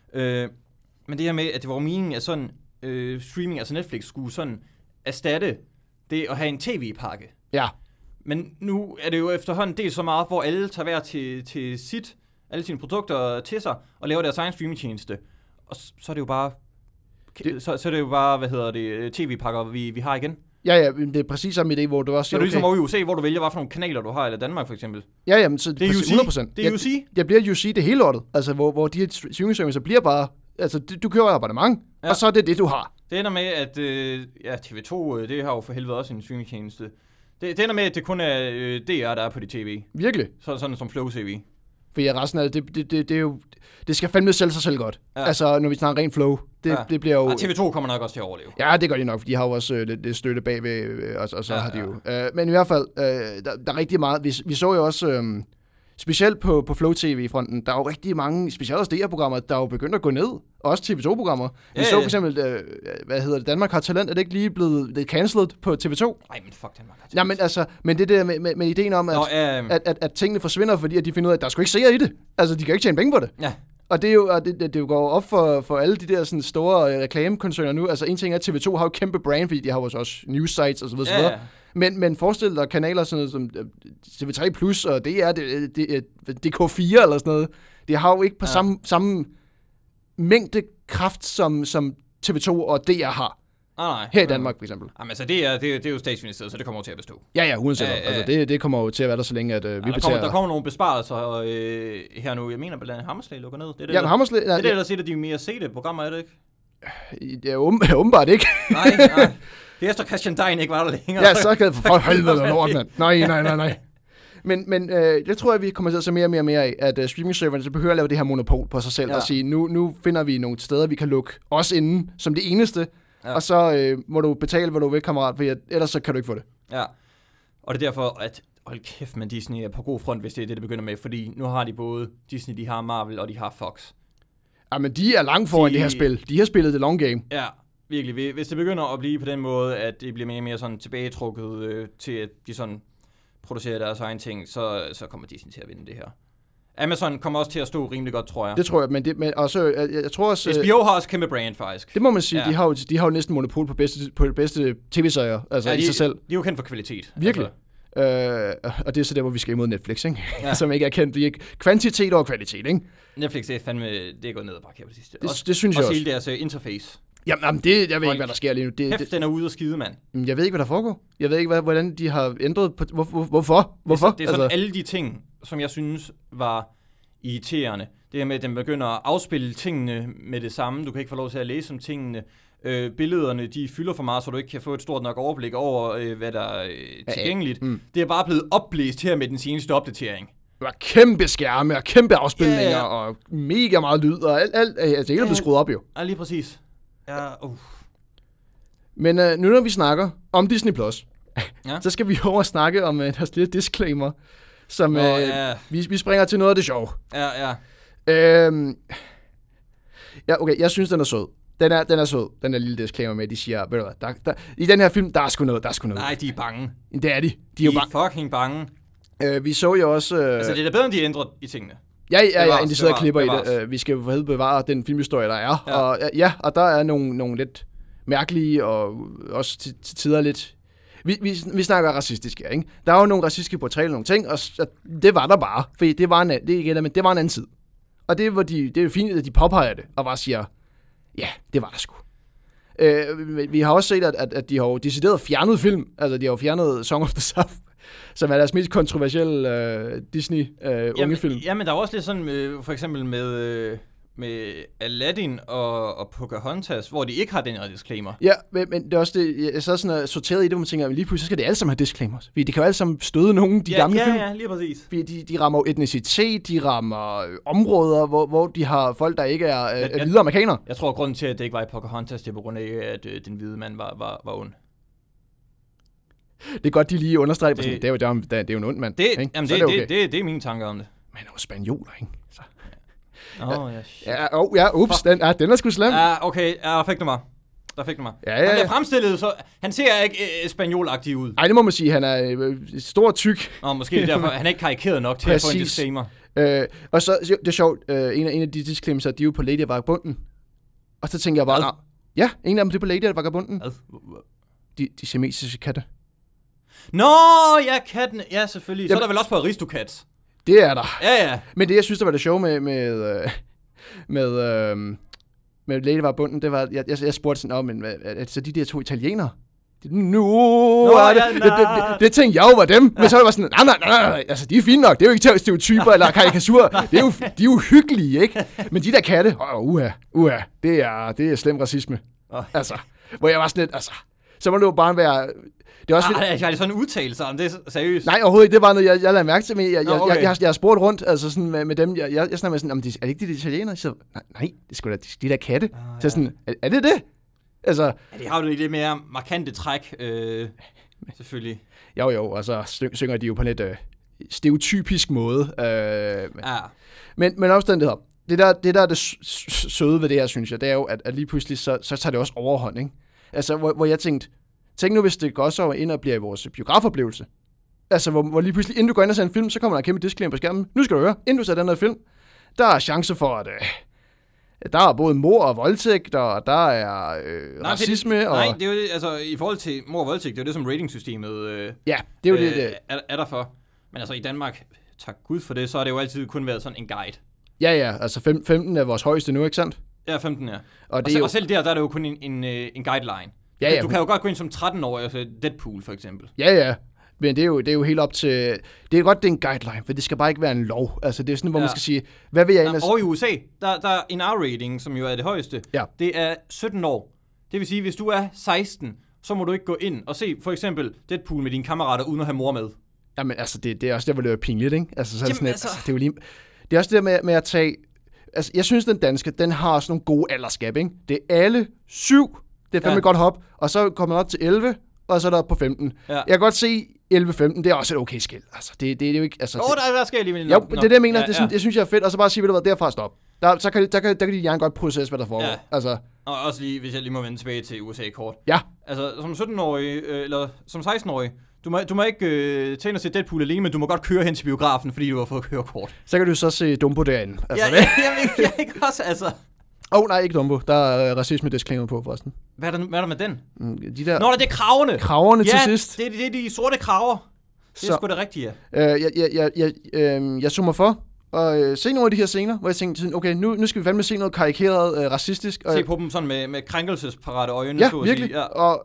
Men det her med, at det var meningen, at sådan streaming, altså Netflix, skulle sådan erstatte det at have en tv-pakke. Ja. Men nu er det jo efterhånden delt så meget, hvor alle tager hver til alle sine produkter til sig, og laver deres egen streamingtjeneste. Og så er det jo bare, så er det jo bare, tv-pakker, vi har igen. Ja, det er præcis samme idé, hvor du også siger, så er det ligesom over i USA, hvor du vælger, hvad for nogle kanaler du har, eller Danmark for eksempel. Ja, men så det er UC. 100%. Det er UC. Det bliver UC det hele lortet. Altså, hvor de her streaming-servicer bliver bare, altså, du kører et abonnement, og så er det du har. Det ender med, at TV2, det har jo for helvede også en streamingtjeneste. Det ender med, at det kun er DR, der er på de tv. Virkelig? Sådan som Flow TV. For resten af det er jo, det skal fandme sælge sig selv godt. Ja. Altså, når vi snakker rent Flow, det bliver jo... TV2 kommer nok også til at overleve. Ja, det gør de nok, for de har jo også lidt støtte bagved, og så har de jo... men i hvert fald, der er rigtig meget... Vi så jo også... Specielt på Flow TV-fronten, der er jo rigtig mange, specielt også DR-programmer, der er jo begyndt at gå ned. Også TV2-programmer. Vi så for eksempel, Danmark har talent, er det ikke lige blevet cancelled på TV2? Nej, men fuck Danmark har talent. Ja, men altså, det der med ideen om, at tingene forsvinder, fordi at de finder ud af, at der sgu ikke seere i det. Altså, de kan ikke tjene penge på det. Ja. Og det jo går op for alle de der sådan store reklamekoncerner nu. Altså, en ting er, at TV2 har jo kæmpe brand, fordi de har også news sites og så videre. Ja. Men forestil dig kanaler sådan noget som TV3 Plus og DK4 eller sådan noget. De har jo ikke på samme mængde kraft, som TV2 og DR har. Nej. Her i Danmark, for eksempel. Jamen, altså, det er jo statsministeriet, så det kommer over til at bestå. Ja, uanset. Altså, det kommer jo til at være der, så længe, at vi betaler... Der kommer nogle besparelser her nu. Jeg mener, blandt andet Hammerslag lukker ned. Det er det, der siger, at de er mere sete programmer, er det ikke? Ja, åbenbart ikke. Nej. Det er efter Christian Dein ikke var der længere. Ja, så kan det for helvede lort, mand. Nej. Men jeg tror, at vi kommer til at se mere og mere af, at streaming-serverne behøver at lave det her monopol på sig selv og sige, nu finder vi nogle steder, vi kan lukke os inden som det eneste, og så må du betale, hvad du vil, kammerat, for ellers så kan du ikke få det. Ja, og det er derfor, at hold kæft, men Disney er på god front, hvis det er det begynder med, fordi nu har de både Disney, de har Marvel, og de har Fox. Ja, men de er langt foran det her spil. De har spillet det long game. Ja, virkelig. Hvis det begynder at blive på den måde, at det bliver mere og mere sådan tilbagetrukket til, at de sådan producerer deres egen ting, så kommer Disney til at vinde det her. Amazon kommer også til at stå rimelig godt, tror jeg. Det tror jeg, men også, jeg tror også... HBO har også kæmpe brand, faktisk. Det må man sige. Ja. De har jo næsten monopol på bedste tv-serier, altså i sig selv. De er jo kendt for kvalitet. Virkelig. Og det er så der, hvor vi skal imod Netflix, ikke? Ja. Som ikke er kendt. Vi er kvantitet over kvalitet, ikke? Netflix er fandme, det er gået ned og bakke her på det sidste. Det synes jeg også. Også hele deres interface. Jamen, jeg ved ikke, hvad der sker lige nu. Hæft, den er ude og skide, mand. Jeg ved ikke, hvad der foregår. Jeg ved ikke, hvordan de har ændret på... Hvorfor? Det er sådan alle de ting, som jeg synes var irriterende. Det her med, at den begynder at afspille tingene med det samme. Du kan ikke få lov til at læse om tingene. Billederne, de fylder for meget, så du ikke kan få et stort nok overblik over, hvad der er tilgængeligt. Det er bare blevet opblæst her med den seneste opdatering. Det var kæmpe skærme og kæmpe afspilninger og mega meget lyd og alt. Altså, det er blevet skruet op, jo. Ja, lige præcis. Ja, Men nu når vi snakker om Disney+, så skal vi over snakke om deres lille disclaimer, som vi springer til noget af det sjove. Ja. Okay, jeg synes, den er sød. Den er sød, den der lille disclaimer med, de siger, ved du hvad, i den her film, der er sgu noget. Nej, de er bange. Det er de. De er fucking bange. Vi så jo også... altså, det er da bedre, end de ændrer i tingene. Ja, end de sidder og klipper i det. Vi skal jo for helvede bevare den filmhistorie, der er. Ja. Og der er nogle lidt mærkelige, og også til tider lidt... Vi snakker racistisk her, ikke? Der er jo nogle racistiske portrætter og nogle ting, og det var der bare. For det var en anden tid. Og det er jo fint, at de påpeger det, og bare siger, ja, det var der sgu. Vi har også set, at de har decideret fjernet film. Altså, de har jo fjernet Song of the South, som er deres mest kontroversielle Disney-ungefilm. Jamen, der er også lidt sådan, for eksempel med Aladdin og Pocahontas, hvor de ikke har den her disclaimer. Ja, men det er også det, jeg så sådan sorteret i det, hvor man tænker, at lige pludselig så skal det alle sammen have disclaimers. Fordi det kan jo alle sammen støde nogle de gamle film. Ja, lige præcis. Fordi de rammer etnicitet, de rammer områder, hvor de har folk, der ikke er hvide amerikanere. Jeg tror, at grunden til, at det ikke var i Pocahontas, det er på grund af, at den hvide mand var ond. Det er godt, de lige understreger på sådan, det er jo en ond mand. Det er mine tanker om det. Men det er jo spanioler, ikke? Så. Den er sgu slem. Ja, okay, der fik du mig. Ja. Han er fremstillet, så han ser ikke spanjolagtig ud. Nej, det må man sige. Han er stor tyk. Måske det derfor. Han er ikke karikeret nok til at få en disclaimer. Og så, det er sjovt, en af de disclaimers, de er jo på Lady og Vagabunden. Og så tænker jeg bare, ja, en af dem det er på Lady og Vagabunden. De siamesiske katte. Nå, ja, katten. Ja, selvfølgelig. Så er der vel også på Aristocats. Det er der. Ja. Men det, jeg synes, der var det sjove med Lady var bunden, det var, jeg spurgte sådan, men så de der to italienere, det tænkte jeg jo var dem, men så var det sådan, nej, altså de er fine nok, det er jo ikke stereotyper eller karikaturer, de er jo hyggelige, ikke? Men de der katte, det er slem racisme. Altså, hvor jeg var sådan lidt, altså, så må det jo bare være... Det er også har det sådan en udtalelse om det, seriøst? Nej, overhovedet ikke. Det var noget, jeg lagde mærke til. Men jeg har spurgt rundt altså sådan med dem. Jeg snakker med sådan, er det ikke de italienere? Så nej, det skulle da de der katte. Så sådan, er det det? Altså, de har jo lidt mere markante træk, selvfølgelig. Jo, og så synger de jo på en lidt stereotypisk måde. Men omstændigheder. Det der er det søde ved det her, synes jeg, det er jo, at lige pludselig, så tager det også overhånd, ikke? Altså, hvor jeg tænkte, tænk nu, hvis det går så ind og bliver i vores biografoplevelse. Altså, hvor lige pludselig, inden du går ind og ser en film, så kommer der en kæmpe disclaimer på skærmen. Nu skal du høre, inden du ser den her film, der er chance for, at der er både mord og voldtægt, og der er racisme. Nej, det er jo det, altså, i forhold til mord og voldtægt, det er jo det, som ratingsystemet ja, det er jo det. Er der for. Men altså, i Danmark, tak Gud for det, så har det jo altid kun været sådan en guide. Ja, altså 15 er vores højeste nu, ikke sandt? Ja, 15, ja. Og selv der er det jo kun en guideline. Ja. Du kan jo godt gå ind som 13-årig og se Deadpool, for eksempel. Ja. Men det er jo helt op til... Det er godt, det er en guideline, for det skal bare ikke være en lov. Altså, det er sådan, hvor man skal sige, hvad vil jeg ellers... Og i USA, der er en R-rating, som jo er det højeste. Ja. Det er 17 år. Det vil sige, hvis du er 16, så må du ikke gå ind og se for eksempel Deadpool med dine kammerater, uden at have mor med. Jamen, altså, det er også der, hvor det er pinligt, ikke? Altså, det er jo lige... Det er også det der med at tage... Altså, jeg synes, den danske, den har også nogle gode alderskab, ikke? Det er alle 7... Det er fandme godt hop, og så kommer man op til 11, og så er der op på 15. Ja. Jeg kan godt se 11-15, det er også et okay skil. Altså, det er jo ikke... Altså, der skal jeg lige jo, det er det, jeg mener. Det synes jeg er fedt, og så bare sige, ved du hvad, derfra stop. Der kan de gerne godt processe, hvad der foregår. Ja. Altså. Og også lige, hvis jeg lige må vende tilbage til USA kort. Ja. Altså, som 17-årig, eller som 16-årig, du må ikke tage ind og se Deadpool alene, men du må godt køre hen til biografen, fordi du har fået kørekort. Så kan du så se Dumbo derinde. Altså, jeg ikke også, altså... Nej, ikke Dumbo. Der er racisme-disclaimer på, forresten. Hvad er der med den? De der... Det er kraverne. Kraverne til sidst. Det er de sorte kraver. Det er sgu det rigtige, ja. Jeg zoomer for og se nogle af de her scener, hvor jeg tænkte, okay, nu skal vi fandme se noget karikeret racistisk. Se på dem sådan med krænkelsesparate øjne. Ja, så at virkelig. sige. Ja. Og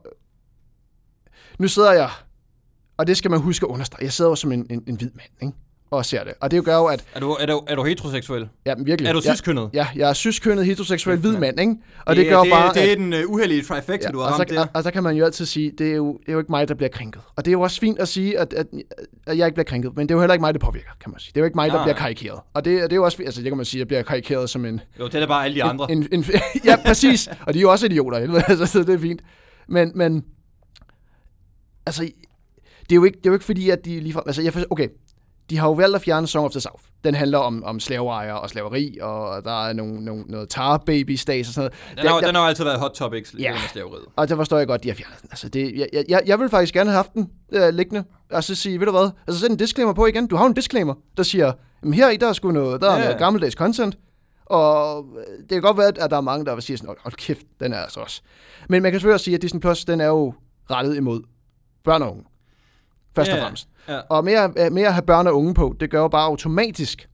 nu sidder jeg, og det skal man huske at understrege, jeg sidder jo som en hvid mand, ikke? Og ser det. Og det gør jo, at... Er du heteroseksuel? Ja, virkelig. Er du ciskønnet? Ja, jeg er ciskønnet, heteroseksuel, hvid mand, ikke? Og det gør bare... Det er den uheldige trifecta, du har ramt der. Og så kan man jo altid sige, det er jo ikke mig, der bliver krænket. Og det er jo også fint at sige, at jeg ikke bliver krænket, men det er jo heller ikke mig, det påvirker, kan man sige. Det er jo ikke mig, der bliver karikeret. Og det er jo også... Altså, det kan man sige, at jeg bliver karikeret som en... Jo, det er da bare alle de andre. Ja, præcis. Og de er jo også idioter, helvede. Altså, det er fint. Men... Altså... Det er jo ikke fordi, at de ligefrem... Altså, okay... De har jo valgt at fjerne Song of the South. Den handler om slaveejere og slaveri, og der er noget tar-baby-stats og sådan noget. Den har jo altid været hot topics med slaveriet. Og der forstår jeg godt, de har fjernet den. Altså, jeg vil faktisk gerne have haft den liggende, og så sige, ved du hvad, altså sæt en disclaimer på igen. Du har en disclaimer, der siger, her i der er sgu noget gammeldags content, og det kan godt være, at der er mange, der vil sige sådan, hold kæft, den er altså også. Men man kan selvfølgelig også sige, at Disney Plus, den er jo rettet imod børn og unge. Først og fremmest. Ja. Og mere at have børn og unge på, det gør jo bare automatisk,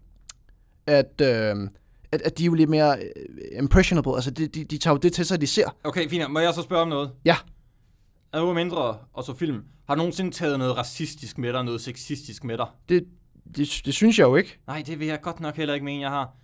at de er jo lidt mere impressionable. Altså, de tager jo det til sig, de ser. Okay, fint. Må jeg så spørge om noget? Ja. Er du mindre, og så film, har du nogensinde taget noget racistisk med dig, noget sexistisk med dig? Det synes jeg jo ikke. Nej, det vil jeg godt nok heller ikke mene, jeg har.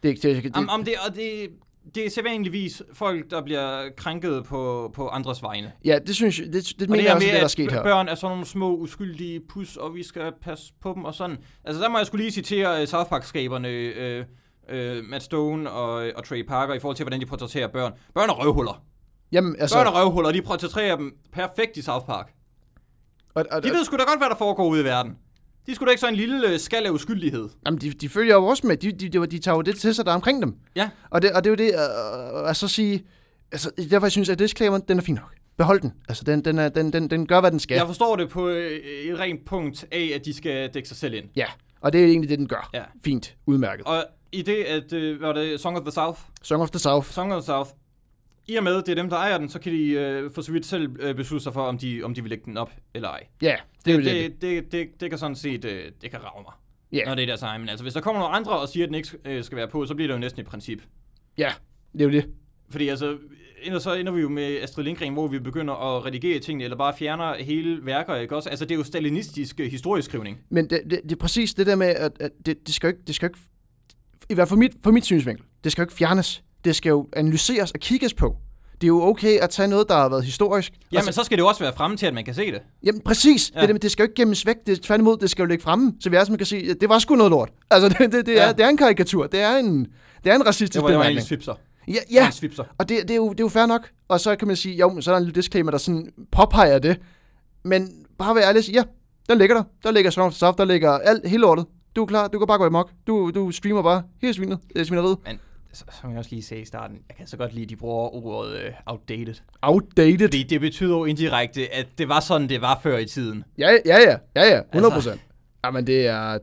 Det er sædvanligvis folk, der bliver krænket på andres vegne. Ja, det synes jeg, det mener jeg også, det der er sket her. Børn er sådan nogle små, uskyldige pus, og vi skal passe på dem og sådan. Altså, der må jeg skulle lige citere South Park-skaberne, Matt Stone og Trey Parker, i forhold til, hvordan de portrætterer børn. Børn er røvhuller. Jamen, altså... Børn er røvhuller, de portrætterer dem perfekt i South Park. De ved sgu da godt, hvad der foregår ude i verden. De skulle da ikke så en lille skal af uskyldighed. Jamen, de følger jo også med. De tager jo det til sig, der er omkring dem. Ja. Og det er jo det, at så sige... Altså, derfor jeg synes, at disclaimer, den er fin nok. Behold den. Altså, den gør, hvad den skal. Jeg forstår det på et rent punkt af, at de skal dække sig selv ind. Ja, og det er egentlig det, den gør. Ja. Fint. Udmærket. Og i det, at... var det Song of the South? Song of the South. Song of the South. I og med, det er dem, der ejer den, så kan de for så vidt selv beslutte sig for, om de vil lægge den op eller ej. Ja, det kan sådan set, det kan rage mig, når det er deres egen. Men altså, hvis der kommer nogle andre og siger, at den ikke skal være på, så bliver det jo næsten et princip. Ja, det er jo det. Fordi altså, så ender vi jo med Astrid Lindgren, hvor vi begynder at redigere tingene, eller bare fjerner hele værker, ikke også? Altså, det er jo stalinistisk historieskrivning. Men det er præcis det der med, at det skal jo ikke, i hvert fald for mit synsvinkel, det skal jo ikke fjernes. Det skal jo analyseres og kigges på. Det er jo okay at tage noget, der har været historisk. Jamen, altså, så skal det jo også være fremme til, at man kan se det. Jamen, præcis. Ja. Det skal jo ikke gemmes væk. Det tværtimod, det skal jo ligge fremme, så vi alle kan se, at det var sgu noget lort. Altså, det er en karikatur. Det er en racistisk bemærkning. Det var egentlig svipser. Ja. Og det er jo fair nok. Og så kan man sige, jo, så er der en lille disclaimer, der sådan påpeger det. Men bare være ærlig og sige, ja, den ligger der. Der ligger Song of the South, der ligger hele lortet. Du er klar, du kan bare gå i mok. Du streamer bare hele svineriet. Men som jeg også lige sagde i starten, jeg kan så godt lide, at de bruger ordet outdated. Outdated? Fordi det betyder jo indirekte, at det var sådan, det var før i tiden. Ja, 100%. Altså. Jamen, det er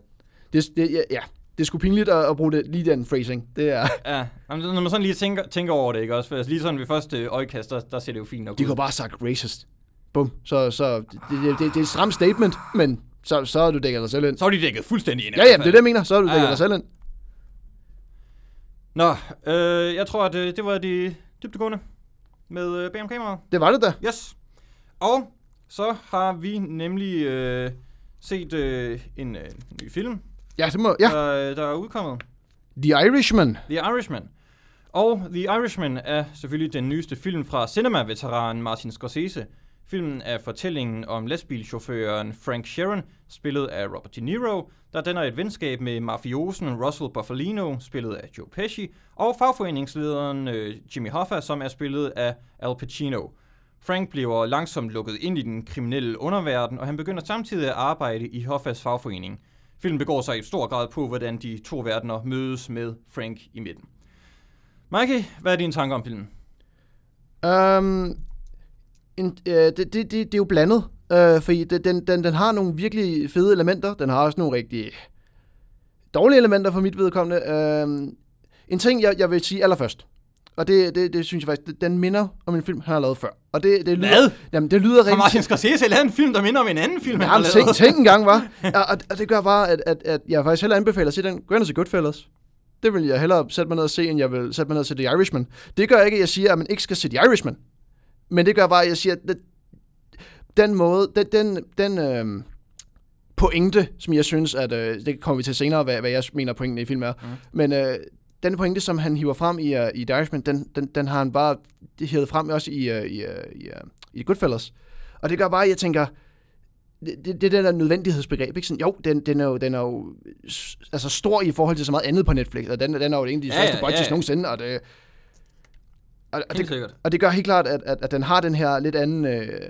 sgu pinligt at bruge det, lige den phrasing. Det er... Ja, når man sådan lige tænker over det, ikke også? For altså, lige sådan ved første øjekast, der ser det jo fint nok ud. De kunne bare sagt racist. Bum. Så det er et stramt statement, men så er du dækket dig selv ind. Så er de dækket fuldstændig ind. Ja, det er det, jeg mener. Så er du dækket dig selv ind. Nå, jeg tror, at det var de dybdegående med bag om kameraet. Det var det da. Yes. Og så har vi nemlig set en ny film, der er udkommet. The Irishman. Og The Irishman er selvfølgelig den nyeste film fra cinema-veteranen Martin Scorsese. Filmen er fortællingen om lastbilchaufføren Frank Sheeran, spillet af Robert De Niro, der danner et venskab med mafiosen Russell Bufalino, spillet af Joe Pesci, og fagforeningslederen Jimmy Hoffa, som er spillet af Al Pacino. Frank bliver langsomt lukket ind i den kriminelle underverden, og han begynder samtidig at arbejde i Hoffas fagforening. Filmen begår sig i stor grad på, hvordan de to verdener mødes med Frank i midten. Mikey, hvad er dine tanker om filmen? Det er jo blandet, fordi den har nogle virkelig fede elementer. Den har også nogle rigtig dårlige elementer for mit vedkommende. En ting, jeg vil sige allerførst, Og det synes jeg faktisk, den minder om en film, han har lavet før. Og det lyder... Hvad? Jamen, det lyder rigtig... Har Martin Scorsese lavet en film, der minder om en anden film, han har lavet? Tænk en gang, var. Og det gør bare, at jeg faktisk hellere anbefaler at se den. Gå ind og se Goodfellas. Det vil jeg hellere sætte mig ned og se, end jeg vil sætte mig ned og se The Irishman. Det gør ikke, at jeg siger, at man ikke skal se The Irishman. Men det gør bare, at jeg siger, at den måde, den pointe, som jeg synes, at det kommer vi til senere, hvad jeg mener pointen i filmen er. Men den pointe, som han hiver frem i The Irishman, den har han bare hivet frem også i Goodfellas. Og det gør bare, at jeg tænker, det er den der nødvendighedsbegreb, ikke? Sådan, jo, den er jo altså stor i forhold til så meget andet på Netflix, og den er jo en af de største budgets nogensinde, og det gør helt klart, at den har den her lidt anden...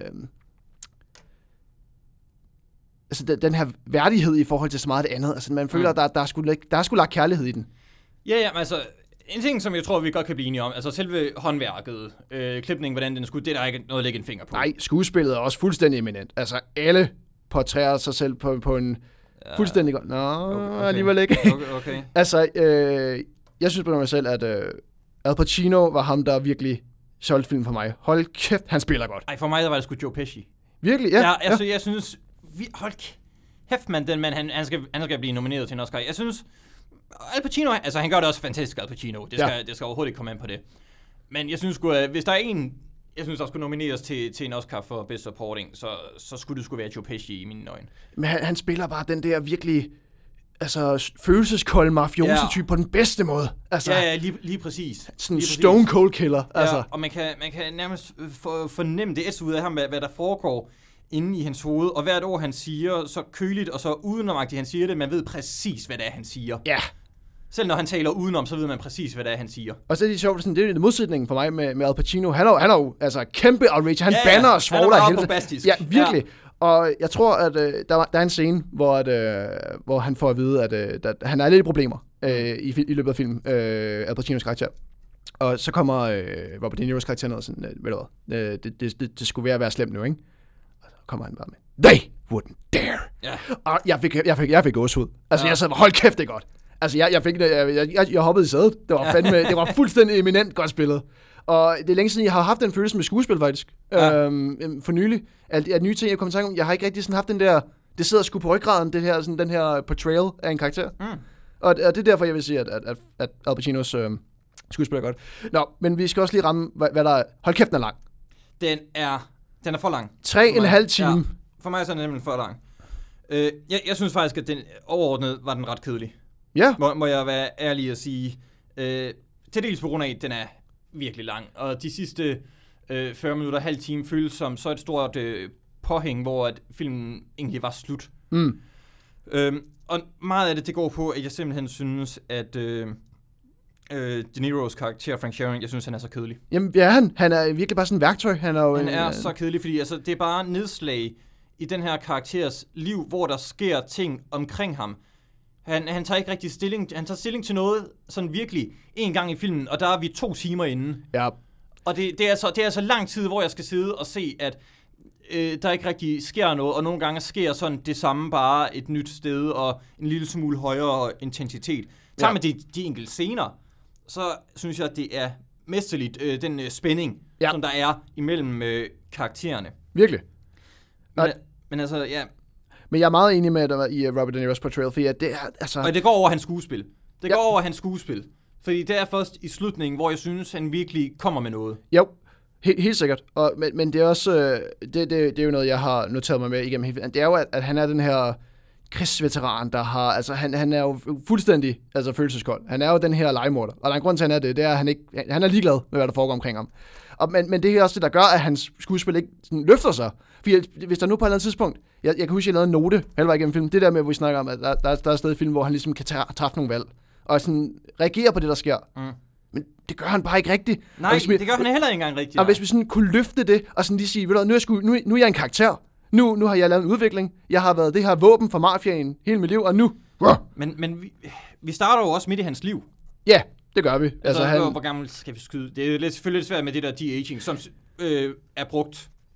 altså den her værdighed i forhold til så meget af det andet. Altså man føler, at der er sgu lagt kærlighed i den. Ja, men altså, en ting, som jeg tror, vi godt kan blive enige om, altså selve håndværket, klipningen, hvordan den skulle, det er der ikke noget at lægge en finger på. Nej, skuespillet er også fuldstændig eminent. Altså alle portrætterer sig selv på en fuldstændig godt. Alligevel ikke. Okay. Altså, jeg synes på mig selv, at Al Pacino var ham, der virkelig solgte film for mig. Hold kæft, han spiller godt. Ej, for mig der var det sgu Joe Pesci. Virkelig? Ja. Altså, jeg synes, hold kæft, man, den mand, han skal blive nomineret til en Oscar. Jeg synes, Al Pacino, altså han gør det også fantastisk, Al Pacino. Det skal overhovedet ikke komme ind på det. Men jeg synes sgu, at hvis der er en, jeg synes, der skulle nomineres til en Oscar for Best Supporting, så skulle det sgu være Joe Pesci i mine øjne. Men han spiller bare den der virkelig, altså følelseskold mafioso-type på den bedste måde. Altså, ja, lige præcis. Sådan en stone cold killer. Altså. Ja, og man kan nærmest fornemme det ud af ham, hvad der foregår inde i hans hoved, og hvert ord han siger, så køligt og så udenomagtigt han siger det, man ved præcis, hvad det er, han siger. Ja. Selv når han taler udenom, så ved man præcis, hvad det er, han siger. Og så er det sjovt, det er modsætningen for mig med Al Pacino. Han er jo altså kæmpe outrage. Han banner og svogler hele tiden. Ja, virkelig. Ja. Og jeg tror, at der er en scene, hvor han får at vide, at han er lidt i problemer i løbet af filmen, Al Pacinos karakter. Og så kommer Robert De Niro's karakter ned og sådan, ved du hvad, det skulle være slemt nu, ikke? Og så kommer han bare med, they wouldn't dare. Ja. Og jeg fik gåsehud. Altså, jeg sad, hold kæft, det er godt. Altså, jeg hoppede i sædet. Det var fuldstændig eminent godt spillet. Og det er længe siden, jeg har haft den følelse med skuespil, faktisk. Ja. For nylig. At nye ting, jeg kom i tanke om, jeg har ikke rigtig sådan haft den der, det sidder sgu på ryggraden, det her, sådan, den her portrayal af en karakter. Og det er derfor, jeg vil sige, at Al Pacinos skuespil er godt. Nå, men vi skal også lige ramme, hvad der er. Hold kæft, den er lang. Den er for lang. 3,5 timer. Ja. For mig er den nemlig for lang. Jeg synes faktisk, at den overordnet var den ret kedelig. Ja. Må jeg være ærlig at sige. Til dels på grund af, at den er virkelig lang. Og de sidste 40 minutter, halv time, føles som så et stort påhæng, hvor at filmen egentlig var slut. Og meget af det går på, at jeg simpelthen synes, at De Niro's karakter, Frank Sheeran, jeg synes, han er så kedelig. Jamen, ja, han er virkelig bare sådan et værktøj. Han er så kedelig, fordi altså, det er bare nedslag i den her karakters liv, hvor der sker ting omkring ham. Han tager ikke rigtig stilling. Han tager stilling til noget sådan virkelig en gang i filmen, og der er vi 2 timer inde. Ja. Og det er så lang tid, hvor jeg skal sidde og se, at der ikke rigtig sker noget, og nogle gange sker sådan det samme, bare et nyt sted og en lille smule højere intensitet. Sammen med de enkelte scener, så synes jeg, at det er mesterligt, den spænding, som der er imellem karaktererne. Virkelig. Men altså, ja. Men jeg er meget enig med dig i Robert De Niro's portrayal, fordi det er, altså... Og det går over hans skuespil. Det går over hans skuespil. Fordi det er først i slutningen, hvor jeg synes, han virkelig kommer med noget. Jo, helt sikkert. Men det er også... Det er jo noget, jeg har noteret mig med igennem hele filmen. Det er jo, at han er den her krigsveteran, der har... Altså, han er jo fuldstændig følelseskold. Han er jo den her legemorder. Og der er en grund til, at han er det. Det er, at han er ligeglad med, hvad der foregår omkring ham. Men det er også det, der gør, at hans skuespil ikke sådan løfter sig. Fordi hvis der nu på et eller andet tidspunkt... Jeg kan huske, at jeg lavede en note halvvejs igennem filmen. Det der med, hvor vi snakker om, at der er stadig film, hvor han ligesom kan træffe nogle valg. Og sådan reagere på det, der sker. Men det gør han bare ikke rigtigt. Nej, det gør han heller ikke engang rigtigt. Og hvis vi sådan kunne løfte det, og sådan lige sige, ved du, nu er jeg en karakter. Nu har jeg lavet en udvikling. Jeg har været det her våben for mafiaen hele mit liv, og nu... Men vi starter jo også midt i hans liv. Ja, det gør vi. Altså hvor gammel skal vi skyde? Det er jo selvfølgelig lidt svært med det der de-aging, som er brugt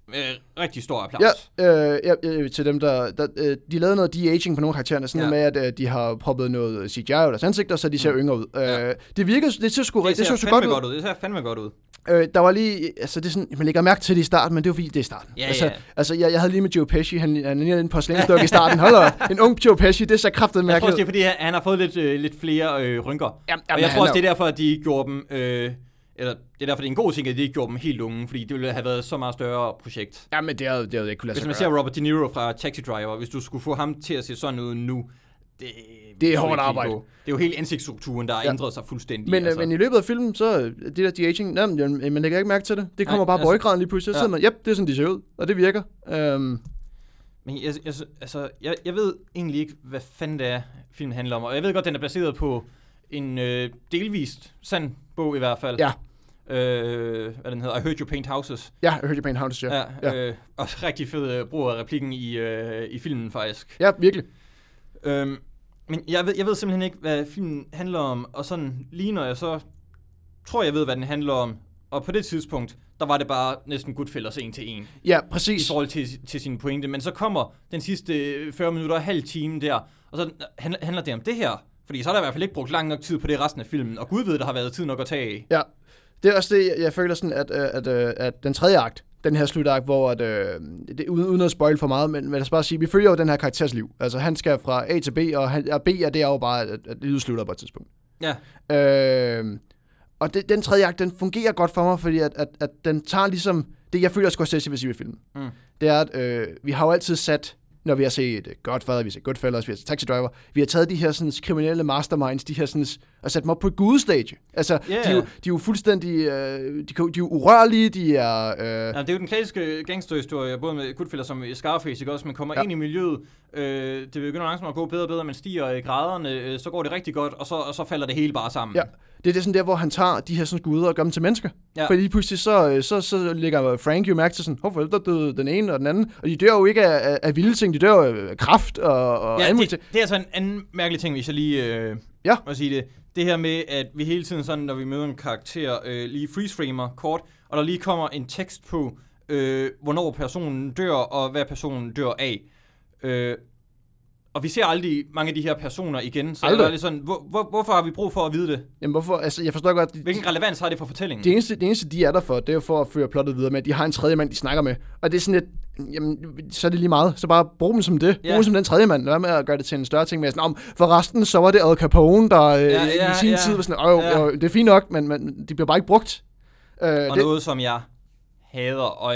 rigtig stor applaus. Til dem, de lavede noget de-aging på nogle karaktererne, sådan med, at de har proppet noget CGI over deres ansigter, så de ser yngre ud. Det virker, det ser sgu det så godt ud. Det ser fandme godt ud. Der var lige, altså det er sådan, man lægger mærke til det i starten, men det var fordi, det er i starten. Altså jeg havde lige med Joe Pesci, han ligner en porcelænsdukke i starten. Hold op, en ung Joe Pesci, det er så kraftigt mærkeligt. Jeg tror også, det er fordi, han har fået lidt flere rynker. Og jeg tror også, det er derfor, at de gjorde dem... Eller det er derfor, det er en god ting, at de ikke gjorde dem helt unge, fordi det ville have været så meget større projekt. Ja, men det er jo ikke kunne lade sig gøre. Hvis man ser Robert De Niro fra Taxi Driver, hvis du skulle få ham til at se sådan ud nu, det er hårdt arbejde. Det er jo hele ansigtsstrukturen, der har ændret sig fuldstændig. Men i løbet af filmen, så det der de-aging, man lægger ikke mærke til det. Det kommer bare på ryggraden lige pludselig. Så sidder man, det er sådan, de ser ud, og det virker. Men jeg ved egentlig ikke, hvad fanden det er, filmen handler om. Og jeg ved godt, den er baseret på en delvist sand bog i hvert fald. Ja. Hvad den hedder? I Heard You Paint Houses. Ja, I Heard You Paint Houses, ja. Også rigtig fed brug af replikken i filmen, faktisk. Ja, virkelig. Men jeg ved simpelthen ikke, hvad filmen handler om, og sådan lige når jeg så tror, jeg ved, hvad den handler om. Og på det tidspunkt, der var det bare næsten Goodfellas 1 til 1. Ja, præcis. I forhold til sin pointe. Men så kommer den sidste 40 minutter og halv time der, og så handler det om det her. Fordi så er der i hvert fald ikke brugt lang nok tid på det resten af filmen, og Gud ved, der har været tid nok at tage af. Ja, det er også det, jeg føler sådan, at den tredje akt, den her slutakt, hvor det, uden at spoil for meget, men lad os bare sige, vi følger jo den her karakters liv. Altså han skal fra A til B, og B er det jo bare, at livet slutter på et tidspunkt. Ja. Og den tredje akt, den fungerer godt for mig, fordi at den tager ligesom, det jeg føler Scorsese vil sige ved filmen, det er, at vi har jo altid sat, når vi har set Godfather, vi har set Goodfellas, vi har set Taxi Driver, vi har taget de her sådan, kriminelle masterminds, de her sådan, og sat dem op på et gudestage. Altså, de er jo fuldstændig, de er jo urørlige, de er... Ja, det er jo den klassiske gangsterhistorie, både med Goodfellas som Scarface, ikke også? Man kommer ind i miljøet, det begynder langsomt at gå bedre og bedre, man stiger i graderne, så går det rigtig godt, og så falder det hele bare sammen. Ja. Det er sådan der, hvor han tager de her sådan guder og gør dem til mennesker. Ja. Fordi lige pludselig så lægger Frank jo mærke til sådan, hvorfor der døde den ene og den anden. Og de dør jo ikke af vilde ting, de dør af kraft og ja, det er altså en anden mærkelig ting, hvis jeg lige må sige det. Det her med, at vi hele tiden sådan, når vi møder en karakter, lige freeze-framer kort, og der lige kommer en tekst på, hvornår personen dør, og hvad personen dør af. Og vi ser aldrig mange af de her personer igen, så det er lidt sådan, hvorfor har vi brug for at vide det? Jamen hvorfor, altså jeg forstår godt... Hvilken relevans har det for fortællingen? Det eneste de er der for, det er jo for at føre plottet videre med, at de har en tredje mand, de snakker med. Og det er sådan lidt, jamen så er det lige meget, så bare brug dem som det. Brug dem som den tredje mand, lad med at gøre det til en større ting med sådan, for resten så var det Al Capone, der i sin tid var sådan, det er fint nok, men de bliver bare ikke brugt. Og noget som jeg hader,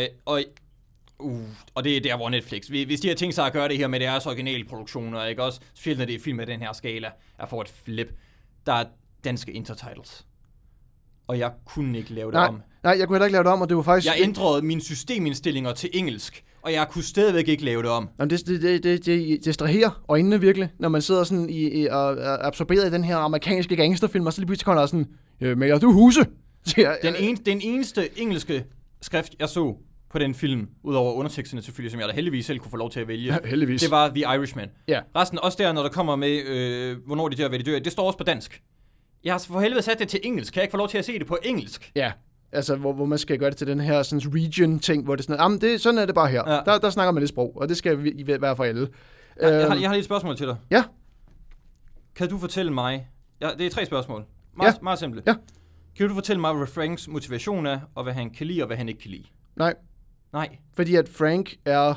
og det er der, hvor Netflix, hvis de har tænkt sig at gøre det her med deres originale produktioner, ikke også, specielt når det er film af den her skala, jeg får et flip, der er danske intertitles. Og jeg kunne ikke lave det om. Nej, jeg kunne heller ikke lave det om, og det var faktisk... Jeg ændrede mine systemindstillinger til engelsk, og jeg kunne stadigvæk ikke lave det om. Jamen, det distraherer øjnene virkelig, når man sidder sådan og er absorberet i den her amerikanske gangsterfilm, og så lige pludselig kommer der sådan, maler du huse? Den eneste engelske skrift, jeg så på den film, udover underteksterne selvfølgelig, som jeg da heldigvis selv kunne få lov til at vælge. Ja, heldigvis. Det var The Irishman. Ja. Resten, også der, når der kommer med, hvornår de dør, hvad de dør, det står også på dansk. Jeg har for helvede sat det til engelsk. Kan jeg ikke få lov til at se det på engelsk? Ja, altså hvor man skal gøre det til den her sådan region-ting, hvor det er sådan, sådan er det bare her. Ja. Der snakker man det sprog, og det skal være for alle. Jeg har lige et spørgsmål til dig. Ja. Kan du fortælle mig, det er 3 spørgsmål, meget simple. Ja. Kan du fortælle mig, hvad Franks motivation er, og hvad han kan lide, og hvad han ikke kan lide? Nej. Fordi at Frank er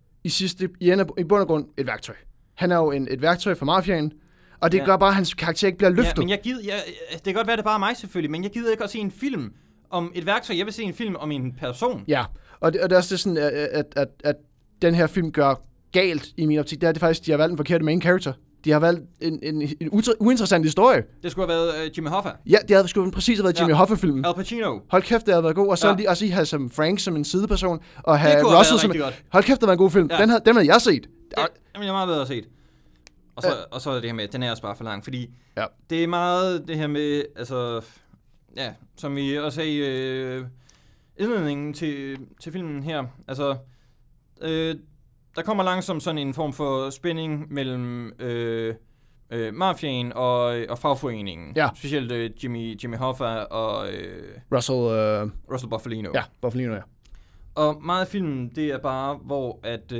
i bund og grund et værktøj. Han er jo et værktøj for mafiaen, og det gør bare, at hans karakter ikke bliver løftet. Ja, men det kan godt være, det er bare mig selvfølgelig, men jeg gider ikke at se en film om et værktøj. Jeg vil se en film om en person. Ja, og det er også det sådan, at den her film gør galt i min optik. Det er det faktisk, de har valgt en forkert main character. De har valgt en uinteressant historie. Det skulle have været Jimmy Hoffa. Ja, det havde skulle præcis have været Jimmy Hoffa-filmen. Al Pacino. Hold kæft, det havde været god. Og så lige også have som Frank som en sideperson, og have Russell som... Hold kæft, det var en god film. Ja. Den havde jeg set. Jamen, jeg er meget bedre set. Og så er det her med, den er også bare for lang, fordi det er meget det her med, altså... Ja, som vi også sagde i indledningen til filmen her. Altså... Der kommer langsomt sådan en form for spænding mellem mafiaen og fagforeningen. Ja. Specielt Jimmy Hoffa og... Russell Bufalino. Ja, Bufalino, ja. Og meget af filmen, det er bare, hvor at...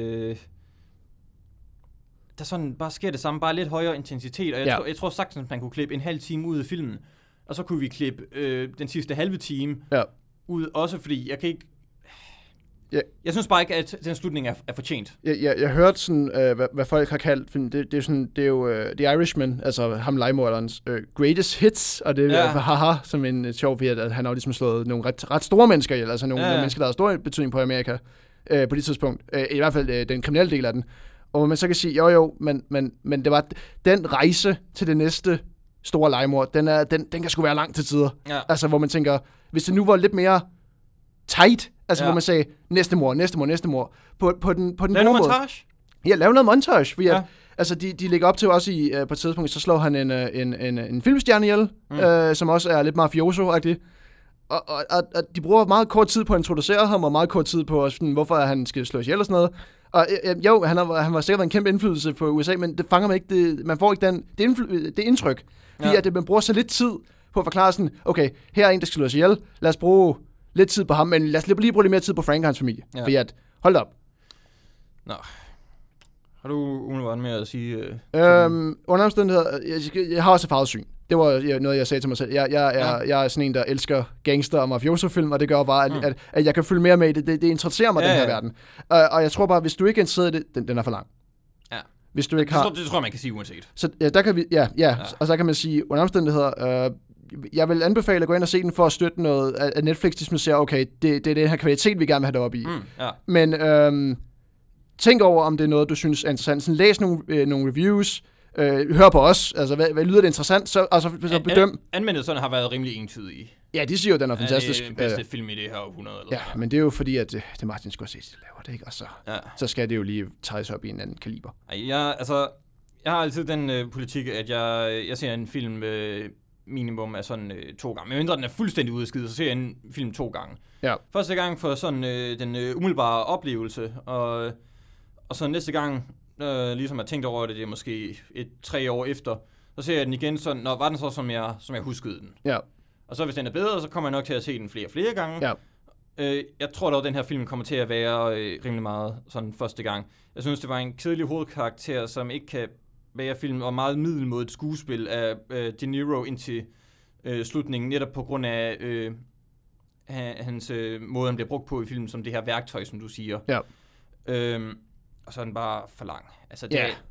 der sådan bare sker det samme, bare lidt højere intensitet. Og jeg tror sagtens, man kunne klippe en halv time ud af filmen. Og så kunne vi klippe den sidste halve time ud, også fordi jeg kan ikke... Jeg synes bare ikke, at den slutning er fortjent. Jeg hørte sådan, hvad folk har kaldt, det er jo The Irishman, altså ham legemorderens greatest hits, og det er haha, som en sjov ved, at han har ligesom slået nogle ret store mennesker ihjel, altså nogle mennesker, der har stor betydning på Amerika på det tidspunkt, i hvert fald den kriminelle del af den. Og man så kan sige, men det var den rejse til det næste store legemord, den kan sgu være lang til tider. Ja. Altså, hvor man tænker, hvis det nu var lidt mere tight, altså hvor man sagde, næste mor, på den gode måde. Lave noget montage? Ja, lave noget montage, fordi altså, de lægger op til også på et tidspunkt, så slår han en filmstjerne ihjel, som også er lidt mafioso-agtig. Og de bruger meget kort tid på at introducere ham, og meget kort tid på, hvorfor han skal slås ihjel og sådan noget. Og han var sikkert en kæmpe indflydelse på USA, men det fanger man ikke, man får ikke det indtryk. Fordi at man bruger så lidt tid på at forklare sådan, okay, her er en, der skal slås ihjel, lad os bruge lidt tid på ham, men lad os lige bruge lidt mere tid på Frank og hans familie. Ja. Fordi at, hold op. Nå. Har du umiddelbart med at sige... Under omstændigheder, jeg har også farvet syn. Det var noget, jeg sagde til mig selv. Jeg er sådan en, der elsker gangster- og mafioso-film, og det gør bare, at jeg kan følge mere med i det. Det interesserer mig, den her verden. Og jeg tror bare, hvis du ikke er interesseret i det, den er for lang. Ja. Hvis du ikke har... Det tror jeg, man kan sige uanset. Så der kan vi... Og så kan man sige, under omstændigheder... jeg vil anbefale at gå ind og se den for at støtte noget af Netflix, hvis man siger, okay, det er den her kvalitet, vi gerne vil have deroppe i. Men tænk over, om det er noget, du synes er interessant. Sådan, læs nogle reviews, hør på os, altså hvad lyder det interessant, så bedøm. Anmeldelserne har været rimelig entydige. Ja, de siger jo, den er fantastisk. Det er den bedste film i det her århundrede. Men det er jo fordi, at det er Martin Scorsese, der laver det, ikke? Og så skal det jo lige tages op i en anden kaliber. Jeg har altid den politik, at jeg ser en film minimum af sådan 2 gange. Men mindre den er fuldstændig udskidt, så ser jeg en film 2 gange. Ja. Første gang for sådan den umiddelbare oplevelse, og så næste gang, ligesom jeg tænkte over det er måske 3 år efter, så ser jeg den igen sådan, var den så, som jeg huskede den. Ja. Og så hvis den er bedre, så kommer jeg nok til at se den flere gange. Ja. Jeg tror dog, at den her film kommer til at være rimelig meget sådan første gang. Jeg synes, det var en kedelig hovedkarakter, som ikke kan være film, og meget middelmådigt skuespil af De Niro indtil slutningen, netop på grund af hans måde, han bliver brugt på i filmen, som det her værktøj, som du siger. Ja. Og så er den bare for lang. Altså,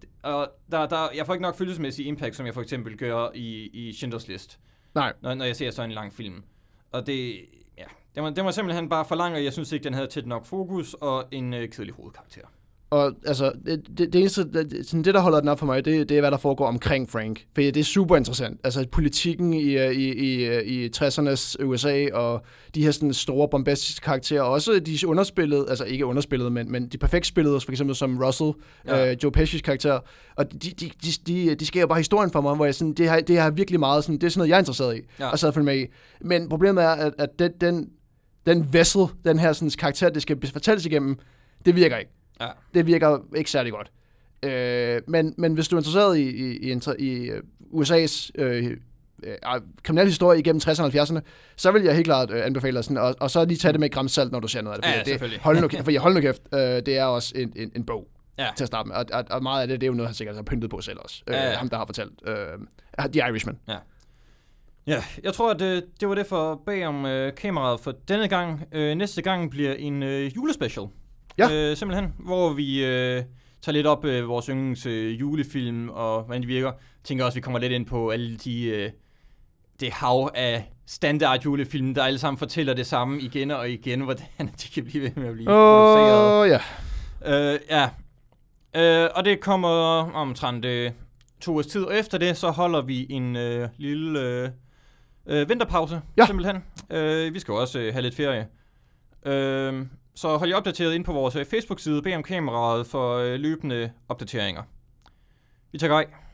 jeg får ikke nok følelsesmæssig impact, som jeg for eksempel gør i Schindlers List. Nej. Når jeg ser sådan en lang film. Og det var simpelthen bare for lang, og jeg synes ikke, den havde tæt nok fokus, og en kedelig hovedkarakter. Og altså, det eneste, det der holder den op for mig, det er, hvad der foregår omkring Frank. For det er super interessant. Altså, politikken i 60'ernes USA, og de her sådan store bombastiske karakterer, også de underspillede, altså ikke underspillede, men de perfekt spillede, for eksempel som Russell, Joe Pesci's karakter. Og de skaber bare historien for mig, hvor jeg sådan, det er virkelig meget sådan, det er sådan noget, jeg er interesseret i, og så at følge med i. Men problemet er, at den vessel, den her sådan, karakter, det skal fortælles igennem, det virker ikke. Ja. Det virker ikke særlig godt. Men hvis du er interesseret i USA's kriminelle historie igennem 60'erne og 70'erne, så vil jeg helt klart anbefale dig sådan, og så lige tage det med gramsalt, når du ser noget af det. Hold nu kæft, det er også en bog til at starte med. Og meget af det er jo noget, han sikkert har pyntet på selv også. Ham, der har fortalt The Irishman. Ja. Ja, jeg tror, at det var det for bag om kameraet for denne gang. Næste gang bliver en julespecial. Ja. Simpelthen, hvor vi tager lidt op vores yndlings julefilm og hvordan de virker. Jeg tænker også, at vi kommer lidt ind på alle det hav af standard julefilm, der alle sammen fortæller det samme igen og igen, hvordan de kan blive ved med at blive produceret. Og det kommer omtrent 2 års tid, og efter det, så holder vi en lille vinterpause, simpelthen. Vi skal også have lidt ferie. Så hold jer opdateret ind på vores Facebook-side, bag om kameraet for løbende opdateringer. Vi tager grej.